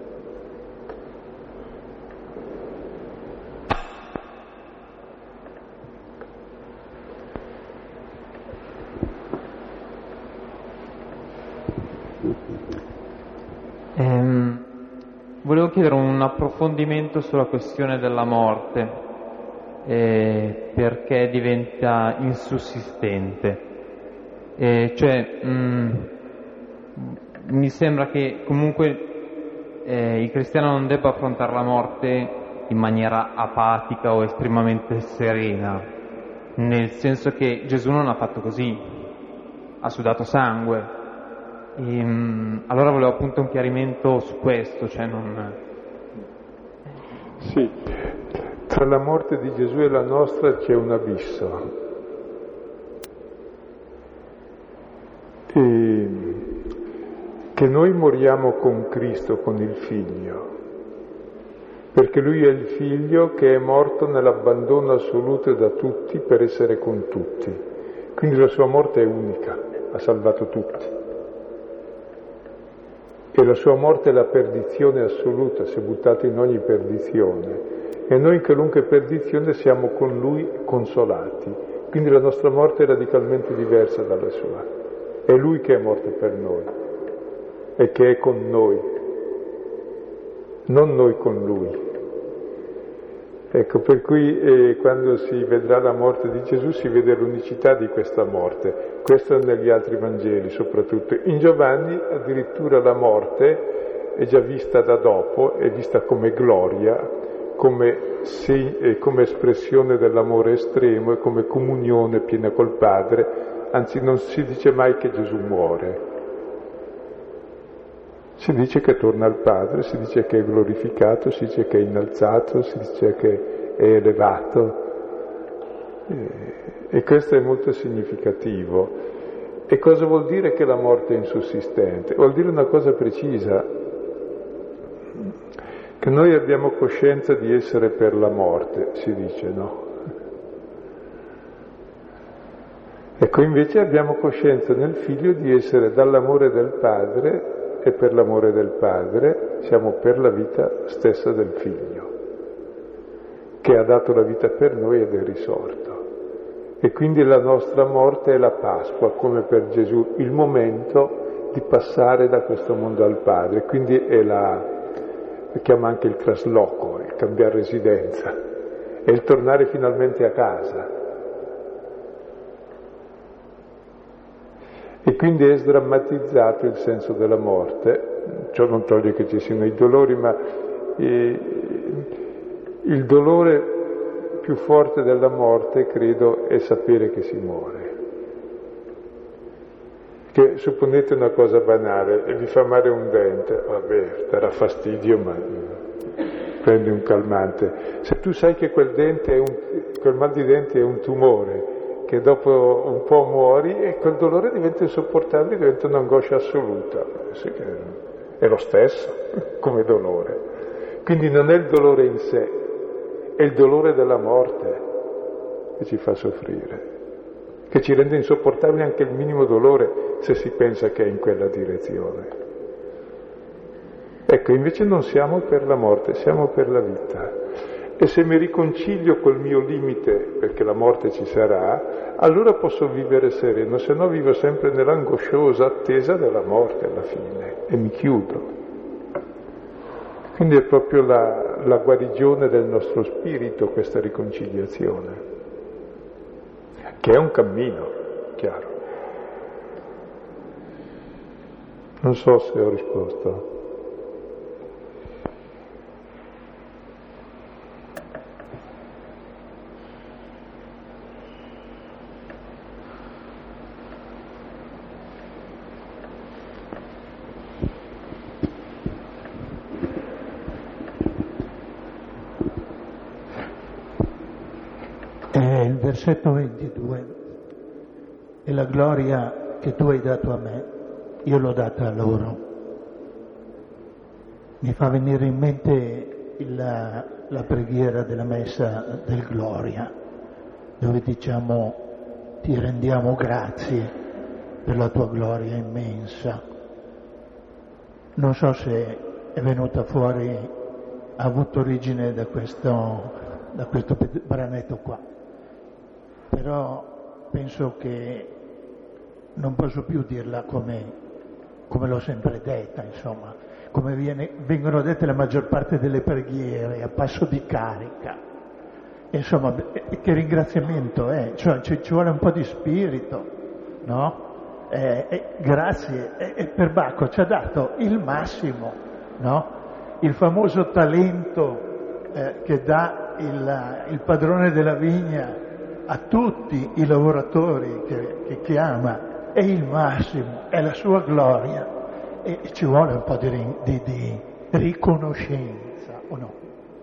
Ehm, volevo chiedere un approfondimento sulla questione della morte. Eh, perché diventa insussistente. Eh, cioè, mh, mi sembra che comunque eh, il cristiano non debba affrontare la morte in maniera apatica o estremamente serena, nel senso che Gesù non ha fatto così, ha sudato sangue. E, mh, allora volevo appunto un chiarimento su questo, cioè non... Sì. Tra la morte di Gesù e la nostra c'è un abisso. E che noi moriamo con Cristo, con il Figlio, perché Lui è il Figlio che è morto nell'abbandono assoluto da tutti per essere con tutti. Quindi la sua morte è unica, ha salvato tutti. E la sua morte è la perdizione assoluta, si è buttato in ogni perdizione. E noi in qualunque perdizione siamo con Lui consolati. Quindi la nostra morte è radicalmente diversa dalla sua. È Lui che è morto per noi e che è con noi, non noi con Lui. Ecco, per cui eh, quando si vedrà la morte di Gesù si vede l'unicità di questa morte. Questo negli altri Vangeli soprattutto. In Giovanni addirittura la morte è già vista da dopo, è vista come gloria, come, se, eh, come espressione dell'amore estremo e come comunione piena col Padre, anzi non si dice mai che Gesù muore, si dice che torna al Padre, si dice che è glorificato, si dice che è innalzato, si dice che è elevato, e, e questo è molto significativo. E cosa vuol dire che la morte è insussistente? Vuol dire una cosa precisa, che noi abbiamo coscienza di essere per la morte, si dice, no? Ecco, invece abbiamo coscienza nel Figlio di essere dall'amore del Padre e per l'amore del Padre siamo per la vita stessa del Figlio, che che ha dato la vita per noi ed è risorto. E quindi la nostra morte è la Pasqua, come per Gesù, il momento di passare da questo mondo al Padre. Quindi è la, lo chiama anche il trasloco, il cambiare residenza, è il tornare finalmente a casa. E quindi è sdrammatizzato il senso della morte. Ciò non toglie che ci siano i dolori, ma eh, il dolore più forte della morte, credo, è sapere che si muore. Che supponete una cosa banale, e vi fa male un dente, vabbè, darà fastidio, ma prendi un calmante. Se tu sai che quel dente è un, quel mal di denti è un tumore, che dopo un po' muori, e quel dolore diventa insopportabile, diventa un'angoscia assoluta. Sì, è lo stesso come dolore. Quindi non è il dolore in sé, è il dolore della morte che ci fa soffrire, che ci rende insopportabile anche il minimo dolore se si pensa che è in quella direzione. Ecco, invece non siamo per la morte, siamo per la vita. E se mi riconcilio col mio limite, perché la morte ci sarà, allora posso vivere sereno, se no vivo sempre nell'angosciosa attesa della morte alla fine e mi chiudo. Quindi è proprio la, la guarigione del nostro spirito questa riconciliazione, che è un cammino, chiaro. Non so se ho risposto. Il versetto ventidue, e la gloria che tu hai dato a me, io l'ho data a loro. Mi fa venire in mente la, la preghiera della messa del Gloria, dove diciamo ti rendiamo grazie per la tua gloria immensa. Non so se è venuta fuori, ha avuto origine da questo, da questo branetto qua. Però penso che non posso più dirla come, come l'ho sempre detta, insomma, come viene, vengono dette la maggior parte delle preghiere, a passo di carica. Insomma, che ringraziamento è, cioè ci, ci vuole un po' di spirito, no? Eh, eh, grazie, eh, eh, per Bacco ci ha dato il massimo, no? Il famoso talento eh, che dà il, il padrone della vigna a tutti i lavoratori che, che chiama, è il massimo, è la sua gloria, e ci vuole un po' di, di, di riconoscenza, o no?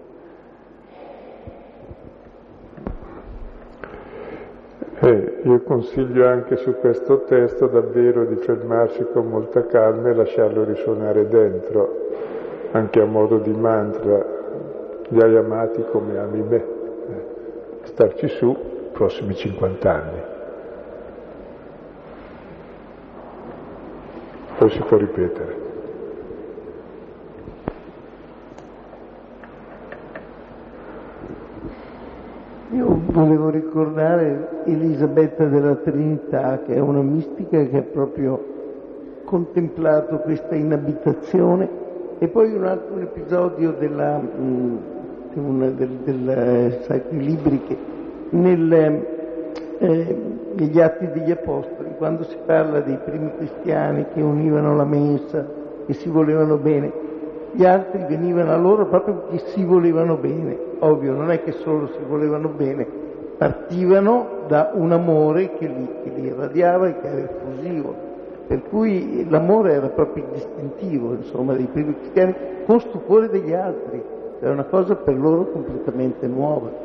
Eh, io consiglio anche su questo testo davvero di fermarsi con molta calma e lasciarlo risuonare dentro, anche a modo di mantra, li hai amati come ami me, eh, starci su prossimi cinquanta anni. Poi si può ripetere. Io volevo ricordare Elisabetta della Trinità, che è una mistica che ha proprio contemplato questa inabitazione, e poi un altro un episodio della, mh, una, del, del Sacri Libri che Nel, eh, negli Atti degli Apostoli, quando si parla dei primi cristiani che univano la mensa, che si volevano bene, gli altri venivano a loro proprio perché si volevano bene. Ovvio, non è che solo si volevano bene, partivano da un amore che li, che li irradiava e che era effusivo, per cui l'amore era proprio il distintivo, insomma, dei primi cristiani, con stupore degli altri, era una cosa per loro completamente nuova.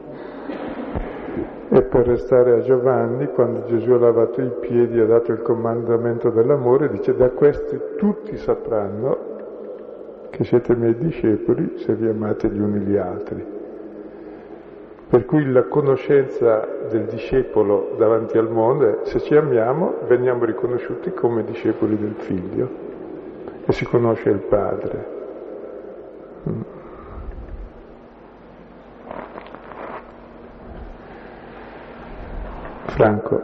E per restare a Giovanni, quando Gesù ha lavato i piedi e ha dato il comandamento dell'amore, dice: da questi tutti sapranno che siete miei discepoli se vi amate gli uni gli altri. Per cui la conoscenza del discepolo davanti al mondo è: se ci amiamo veniamo riconosciuti come discepoli del Figlio e si conosce il Padre. Franco.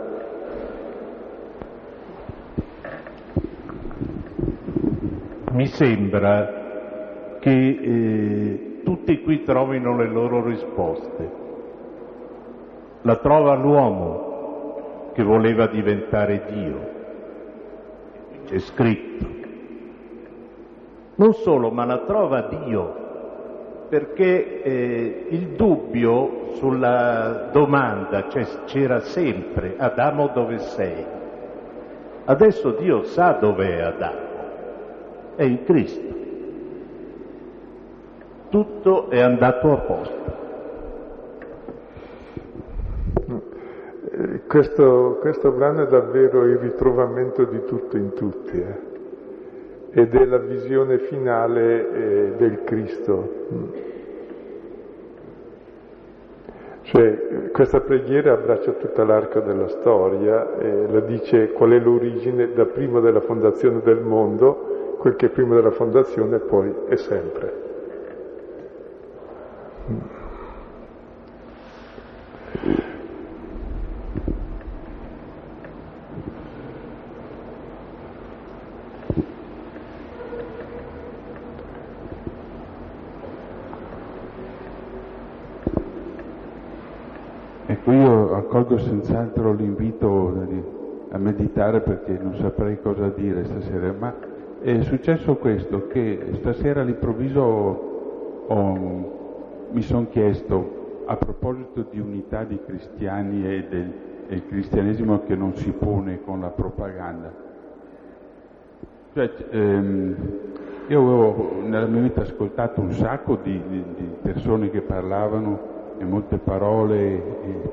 Mi sembra che eh, tutti qui trovino le loro risposte. La trova l'uomo che voleva diventare Dio, c'è scritto. Non solo, ma la trova Dio, perché eh, il dubbio sulla domanda cioè, c'era sempre: Adamo, dove sei? Adesso Dio sa dov'è Adamo, è in Cristo. Tutto è andato a posto. Questo, questo brano è davvero il ritrovamento di tutto in tutti, eh? Ed è la visione finale eh, del Cristo. Cioè, questa preghiera abbraccia tutta l'arco della storia, e la dice qual è l'origine da prima della fondazione del mondo, quel che è prima della fondazione poi è sempre. Ecco, io accolgo senz'altro l'invito a meditare, perché non saprei cosa dire stasera, ma è successo questo, che stasera all'improvviso ho, mi sono chiesto, a proposito di unità di cristiani e del, del cristianesimo che non si pone con la propaganda, cioè ehm, io avevo nella mia vita ascoltato un sacco di, di, di persone che parlavano e molte parole, e,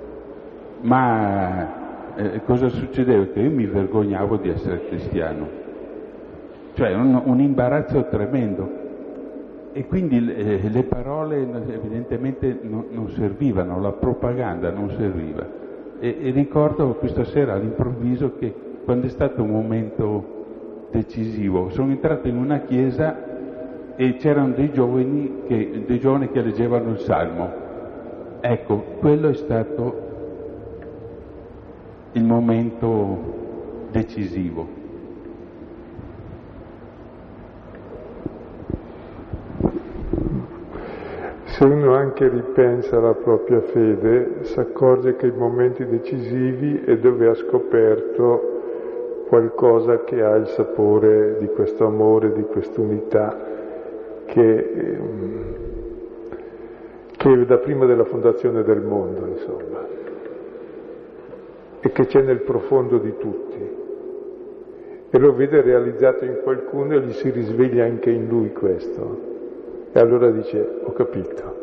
ma eh, cosa succedeva? Che io mi vergognavo di essere cristiano, cioè un, un imbarazzo tremendo, e quindi eh, le parole evidentemente no, non servivano, la propaganda non serviva, e, e ricordo questa sera all'improvviso che quando è stato un momento decisivo sono entrato in una chiesa e c'erano dei giovani che, dei giovani che leggevano il Salmo. Ecco, quello è stato il momento decisivo. Se uno anche ripensa alla propria fede, si accorge che i momenti decisivi è dove ha scoperto qualcosa che ha il sapore di questo amore, di quest'unità che, che è da prima della fondazione del mondo, insomma, e che c'è nel profondo di tutti, e lo vede realizzato in qualcuno e gli si risveglia anche in lui questo, e allora dice: ho capito.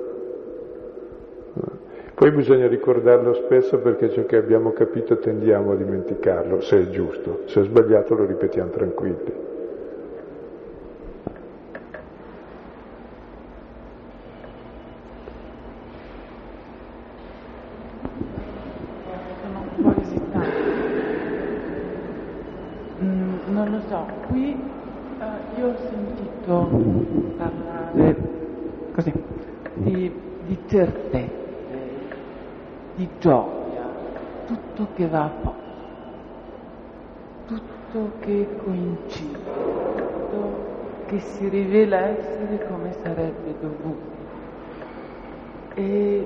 Poi bisogna ricordarlo spesso, perché ciò che abbiamo capito tendiamo a dimenticarlo, se è giusto. Se è sbagliato lo ripetiamo tranquilli. Sono un po' esitante. Mm, non lo so, qui eh, io ho sentito parlare così di, di certezza, di gioia, tutto che va a posto, tutto che coincide, tutto che si rivela essere come sarebbe dovuto, e,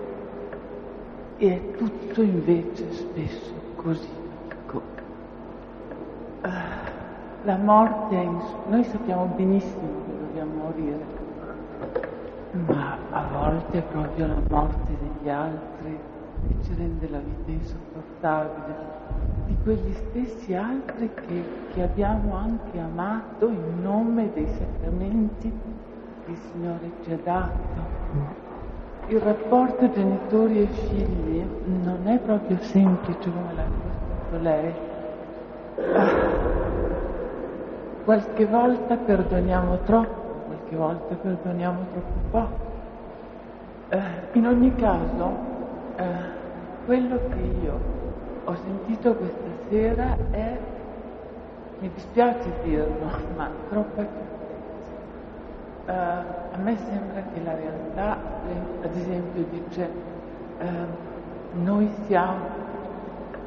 e è tutto invece spesso così. Ecco. Uh, la morte è in... Noi sappiamo benissimo che dobbiamo morire, ma a volte è proprio la morte degli altri che ci rende la vita insopportabile, di quegli stessi altri che, che abbiamo anche amato in nome dei sacramenti che il Signore ci ha dato. Il rapporto genitori e figli non è proprio semplice come l'ha ricordato lei. Ah, qualche volta perdoniamo troppo, qualche volta perdoniamo troppo poco. Eh, in ogni caso, eh, quello che io ho sentito questa sera è, mi dispiace dirlo, ma troppa certezza. Eh, a me sembra che la realtà, ad esempio, dice eh, noi siamo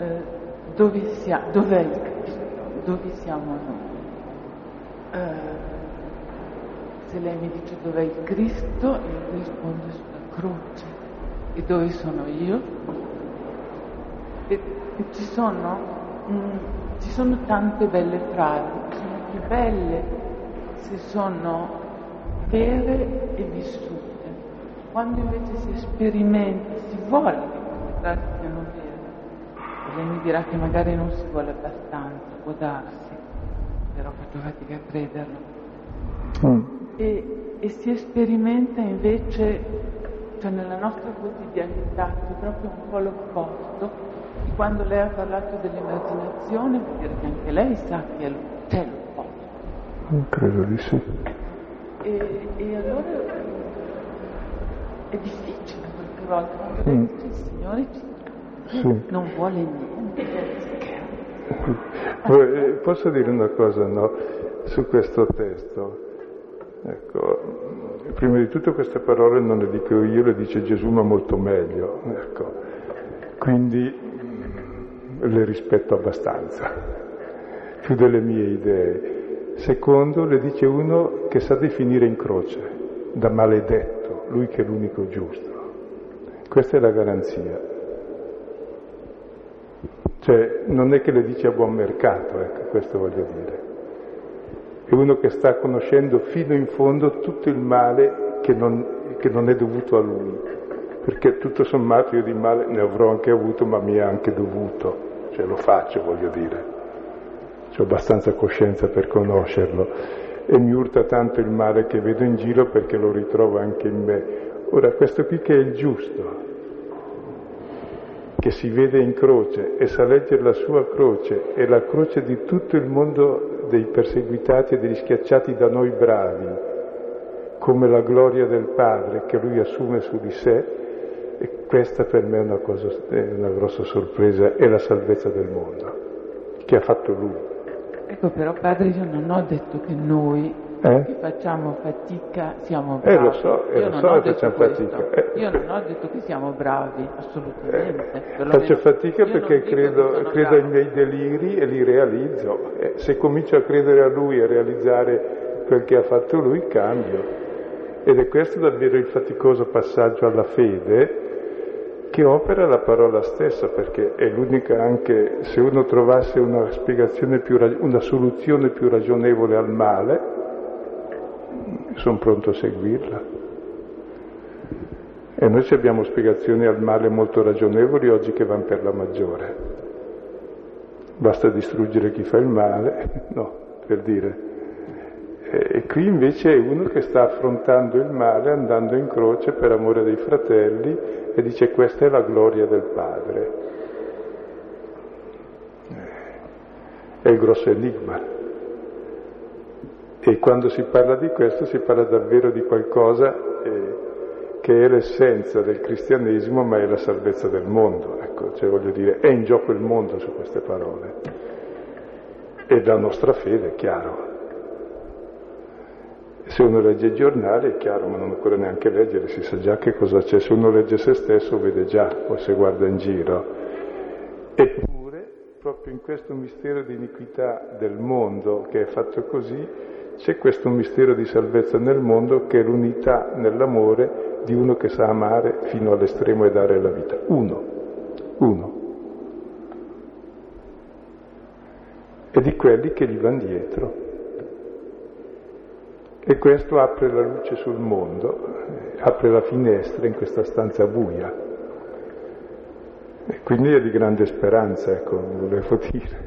eh, dove sia, dov'è il Cristo? Dove siamo noi? Eh, se lei mi dice dov'è il Cristo, io rispondo sulla croce. E dove sono io? E, e ci sono, mh, ci sono tante belle frasi, sono più belle se sono vere e vissute. Quando invece si sperimenta, si vuole che queste frasi siano vere, e lei mi dirà che magari non si vuole abbastanza, può darsi, però faccio fatica a crederlo. Mm. E, e si sperimenta invece, cioè nella nostra quotidianità, che è proprio un po' l'opposto, e quando lei ha parlato dell'immaginazione, vuol dire che anche lei sa che è, c'è l'opposto. Credo di sì. E, e allora è difficile qualche volta, quando lei dice il Signore ci, sì. non vuole niente, scherzo. Posso dire una cosa, no, su questo testo? Ecco, prima di tutto queste parole non le dico io, le dice Gesù, ma molto meglio, ecco. Quindi le rispetto abbastanza, più delle mie idee. Secondo, le dice uno che sa definire in croce, da maledetto, lui che è l'unico giusto. Questa è la garanzia. Cioè, non è che le dice a buon mercato, ecco, questo voglio dire. È uno che sta conoscendo fino in fondo tutto il male che non, che non è dovuto a lui. Perché tutto sommato io di male ne avrò anche avuto, ma mi è anche dovuto. Cioè lo faccio, voglio dire. C'ho abbastanza coscienza per conoscerlo. E mi urta tanto il male che vedo in giro perché lo ritrovo anche in me. Ora, questo qui che è il giusto, che si vede in croce e sa leggere la sua croce e la croce di tutto il mondo dei perseguitati e degli schiacciati da noi bravi, come la gloria del Padre che lui assume su di sé, e questa per me è una cosa, è una grossa sorpresa, è la salvezza del mondo, che ha fatto lui. Ecco, però Padre, io non ho detto che noi eh? che facciamo fatica siamo bravi. Eh, lo so, eh, io lo non so ho che facciamo fatica. Eh. Io non ho detto che siamo bravi, assolutamente. Eh, faccio fatica perché credo, credo bravi. ai miei deliri e li realizzo. Eh, se comincio a credere a lui e a realizzare quel che ha fatto lui, cambio. Ed è questo davvero il faticoso passaggio alla fede, che opera la parola stessa, perché è l'unica, anche se uno trovasse una spiegazione più, una soluzione più ragionevole al male, sono pronto a seguirla. E noi ci abbiamo spiegazioni al male molto ragionevoli oggi che vanno per la maggiore. Basta distruggere chi fa il male, no, per dire. E qui invece è uno che sta affrontando il male andando in croce per amore dei fratelli e dice questa è la gloria del Padre. È il grosso enigma. E quando si parla di questo si parla davvero di qualcosa eh, che è l'essenza del cristianesimo, ma è la salvezza del mondo. Ecco, cioè voglio dire, è in gioco il mondo su queste parole. E la nostra fede, è chiaro. Se uno legge i giornali è chiaro, ma non occorre neanche leggere, si sa già che cosa c'è. Se uno legge se stesso vede già, o se guarda in giro. Eppure, proprio in questo mistero di iniquità del mondo che è fatto così, c'è questo mistero di salvezza nel mondo che è l'unità nell'amore di uno che sa amare fino all'estremo e dare la vita. Uno. Uno. E di quelli che gli vanno dietro. E questo apre la luce sul mondo, apre la finestra in questa stanza buia. E quindi è di grande speranza, ecco, volevo dire.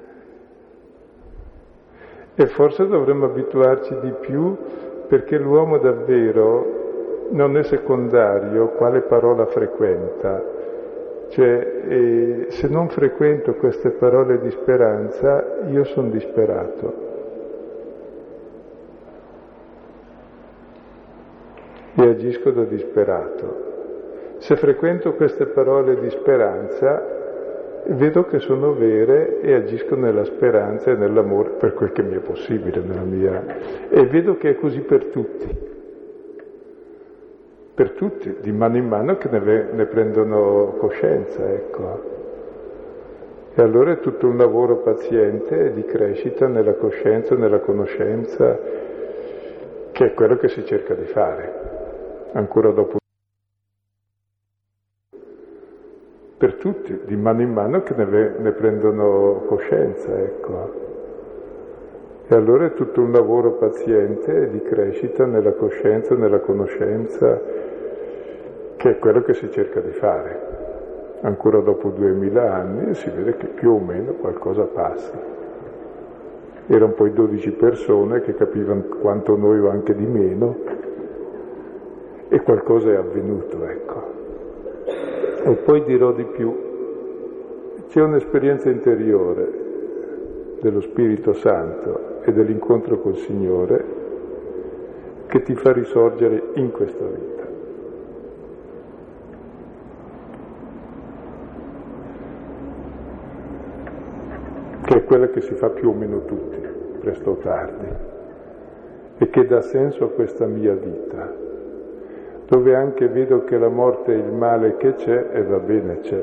E forse dovremmo abituarci di più, perché l'uomo davvero non è secondario quale parola frequenta. Cioè, eh, se non frequento queste parole di speranza, io sono disperato. E agisco da disperato. Se frequento queste parole di speranza, vedo che sono vere e agisco nella speranza e nell'amore per quel che mi è possibile nella mia... E vedo che è così per tutti. Per tutti, di mano in mano che ne, ne prendono coscienza, ecco. E allora è tutto un lavoro paziente di crescita nella coscienza, nella conoscenza, che è quello che si cerca di fare, ancora dopo. Per tutti, di mano in mano che ne, ne prendono coscienza, ecco. E allora è tutto un lavoro paziente di crescita nella coscienza, nella conoscenza, che è quello che si cerca di fare. Ancora dopo duemila anni si vede che più o meno qualcosa passa. Erano poi dodici persone che capivano quanto noi o anche di meno, e qualcosa è avvenuto, ecco. E poi dirò di più, c'è un'esperienza interiore dello Spirito Santo e dell'incontro col Signore che ti fa risorgere in questa vita. Che è quella che si fa più o meno tutti, presto o tardi, e che dà senso a questa mia vita, dove anche vedo che la morte è il male che c'è e va bene c'è.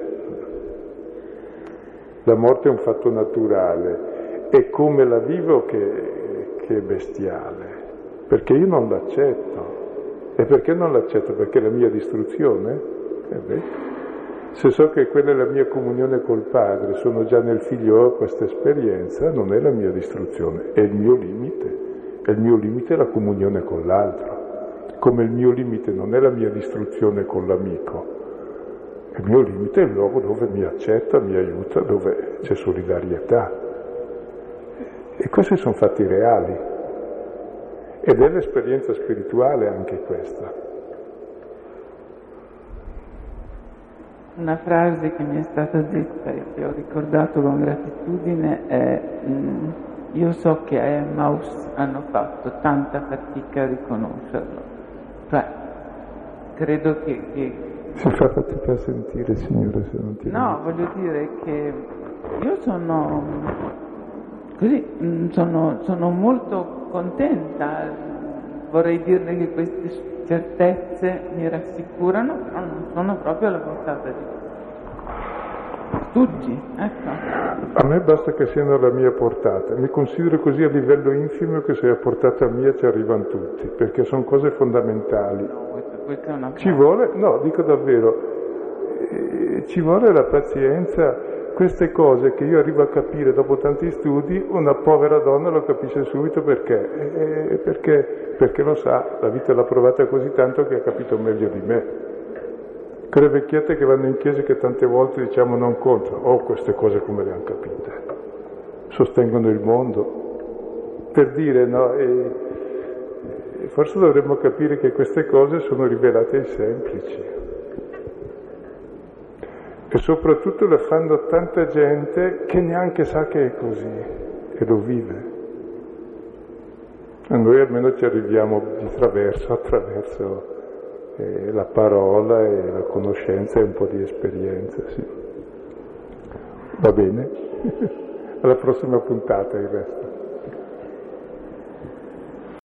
La morte è un fatto naturale, è come la vivo che, che è bestiale, perché io non l'accetto. E perché non l'accetto? Perché è la mia distruzione? Eh beh. Se so che quella è la mia comunione col Padre, sono già nel Figlio questa esperienza, non è la mia distruzione, è il mio limite. E il mio limite è la comunione con l'altro. Come il mio limite non è la mia distruzione con l'amico, il mio limite è il luogo dove mi accetta, mi aiuta, dove c'è solidarietà. E questi sono fatti reali. Ed è l'esperienza spirituale anche questa. Una frase che mi è stata detta e che ho ricordato con gratitudine è mm, io so che a Emmaus hanno fatto tanta fatica a riconoscerlo. Cioè, credo che... che... Si fa fatica a sentire, Signore, se non ti... No, voglio dire che io sono così, sono, sono molto contenta, vorrei dirle che queste certezze mi rassicurano, però non sono proprio alla portata di tutti, ecco. A me basta che siano alla mia portata, mi considero così a livello infimo che se a portata mia ci arrivano tutti, perché sono cose fondamentali. No, questa, questa è una ci vuole, no, dico davvero, eh, ci vuole la pazienza, queste cose che io arrivo a capire dopo tanti studi, una povera donna lo capisce subito perché, eh, perché, perché lo sa, la vita l'ha provata così tanto che ha capito meglio di me. Quelle vecchiette che vanno in chiesa che tante volte diciamo non contano, oh queste cose come le hanno capite, sostengono il mondo, per dire no, e, e forse dovremmo capire che queste cose sono rivelate ai semplici e soprattutto le fanno tanta gente che neanche sa che è così e lo vive. A noi almeno ci arriviamo di traverso attraverso Eh, la parola e la conoscenza e un po' di esperienza, sì. Va bene? Alla prossima puntata il resto.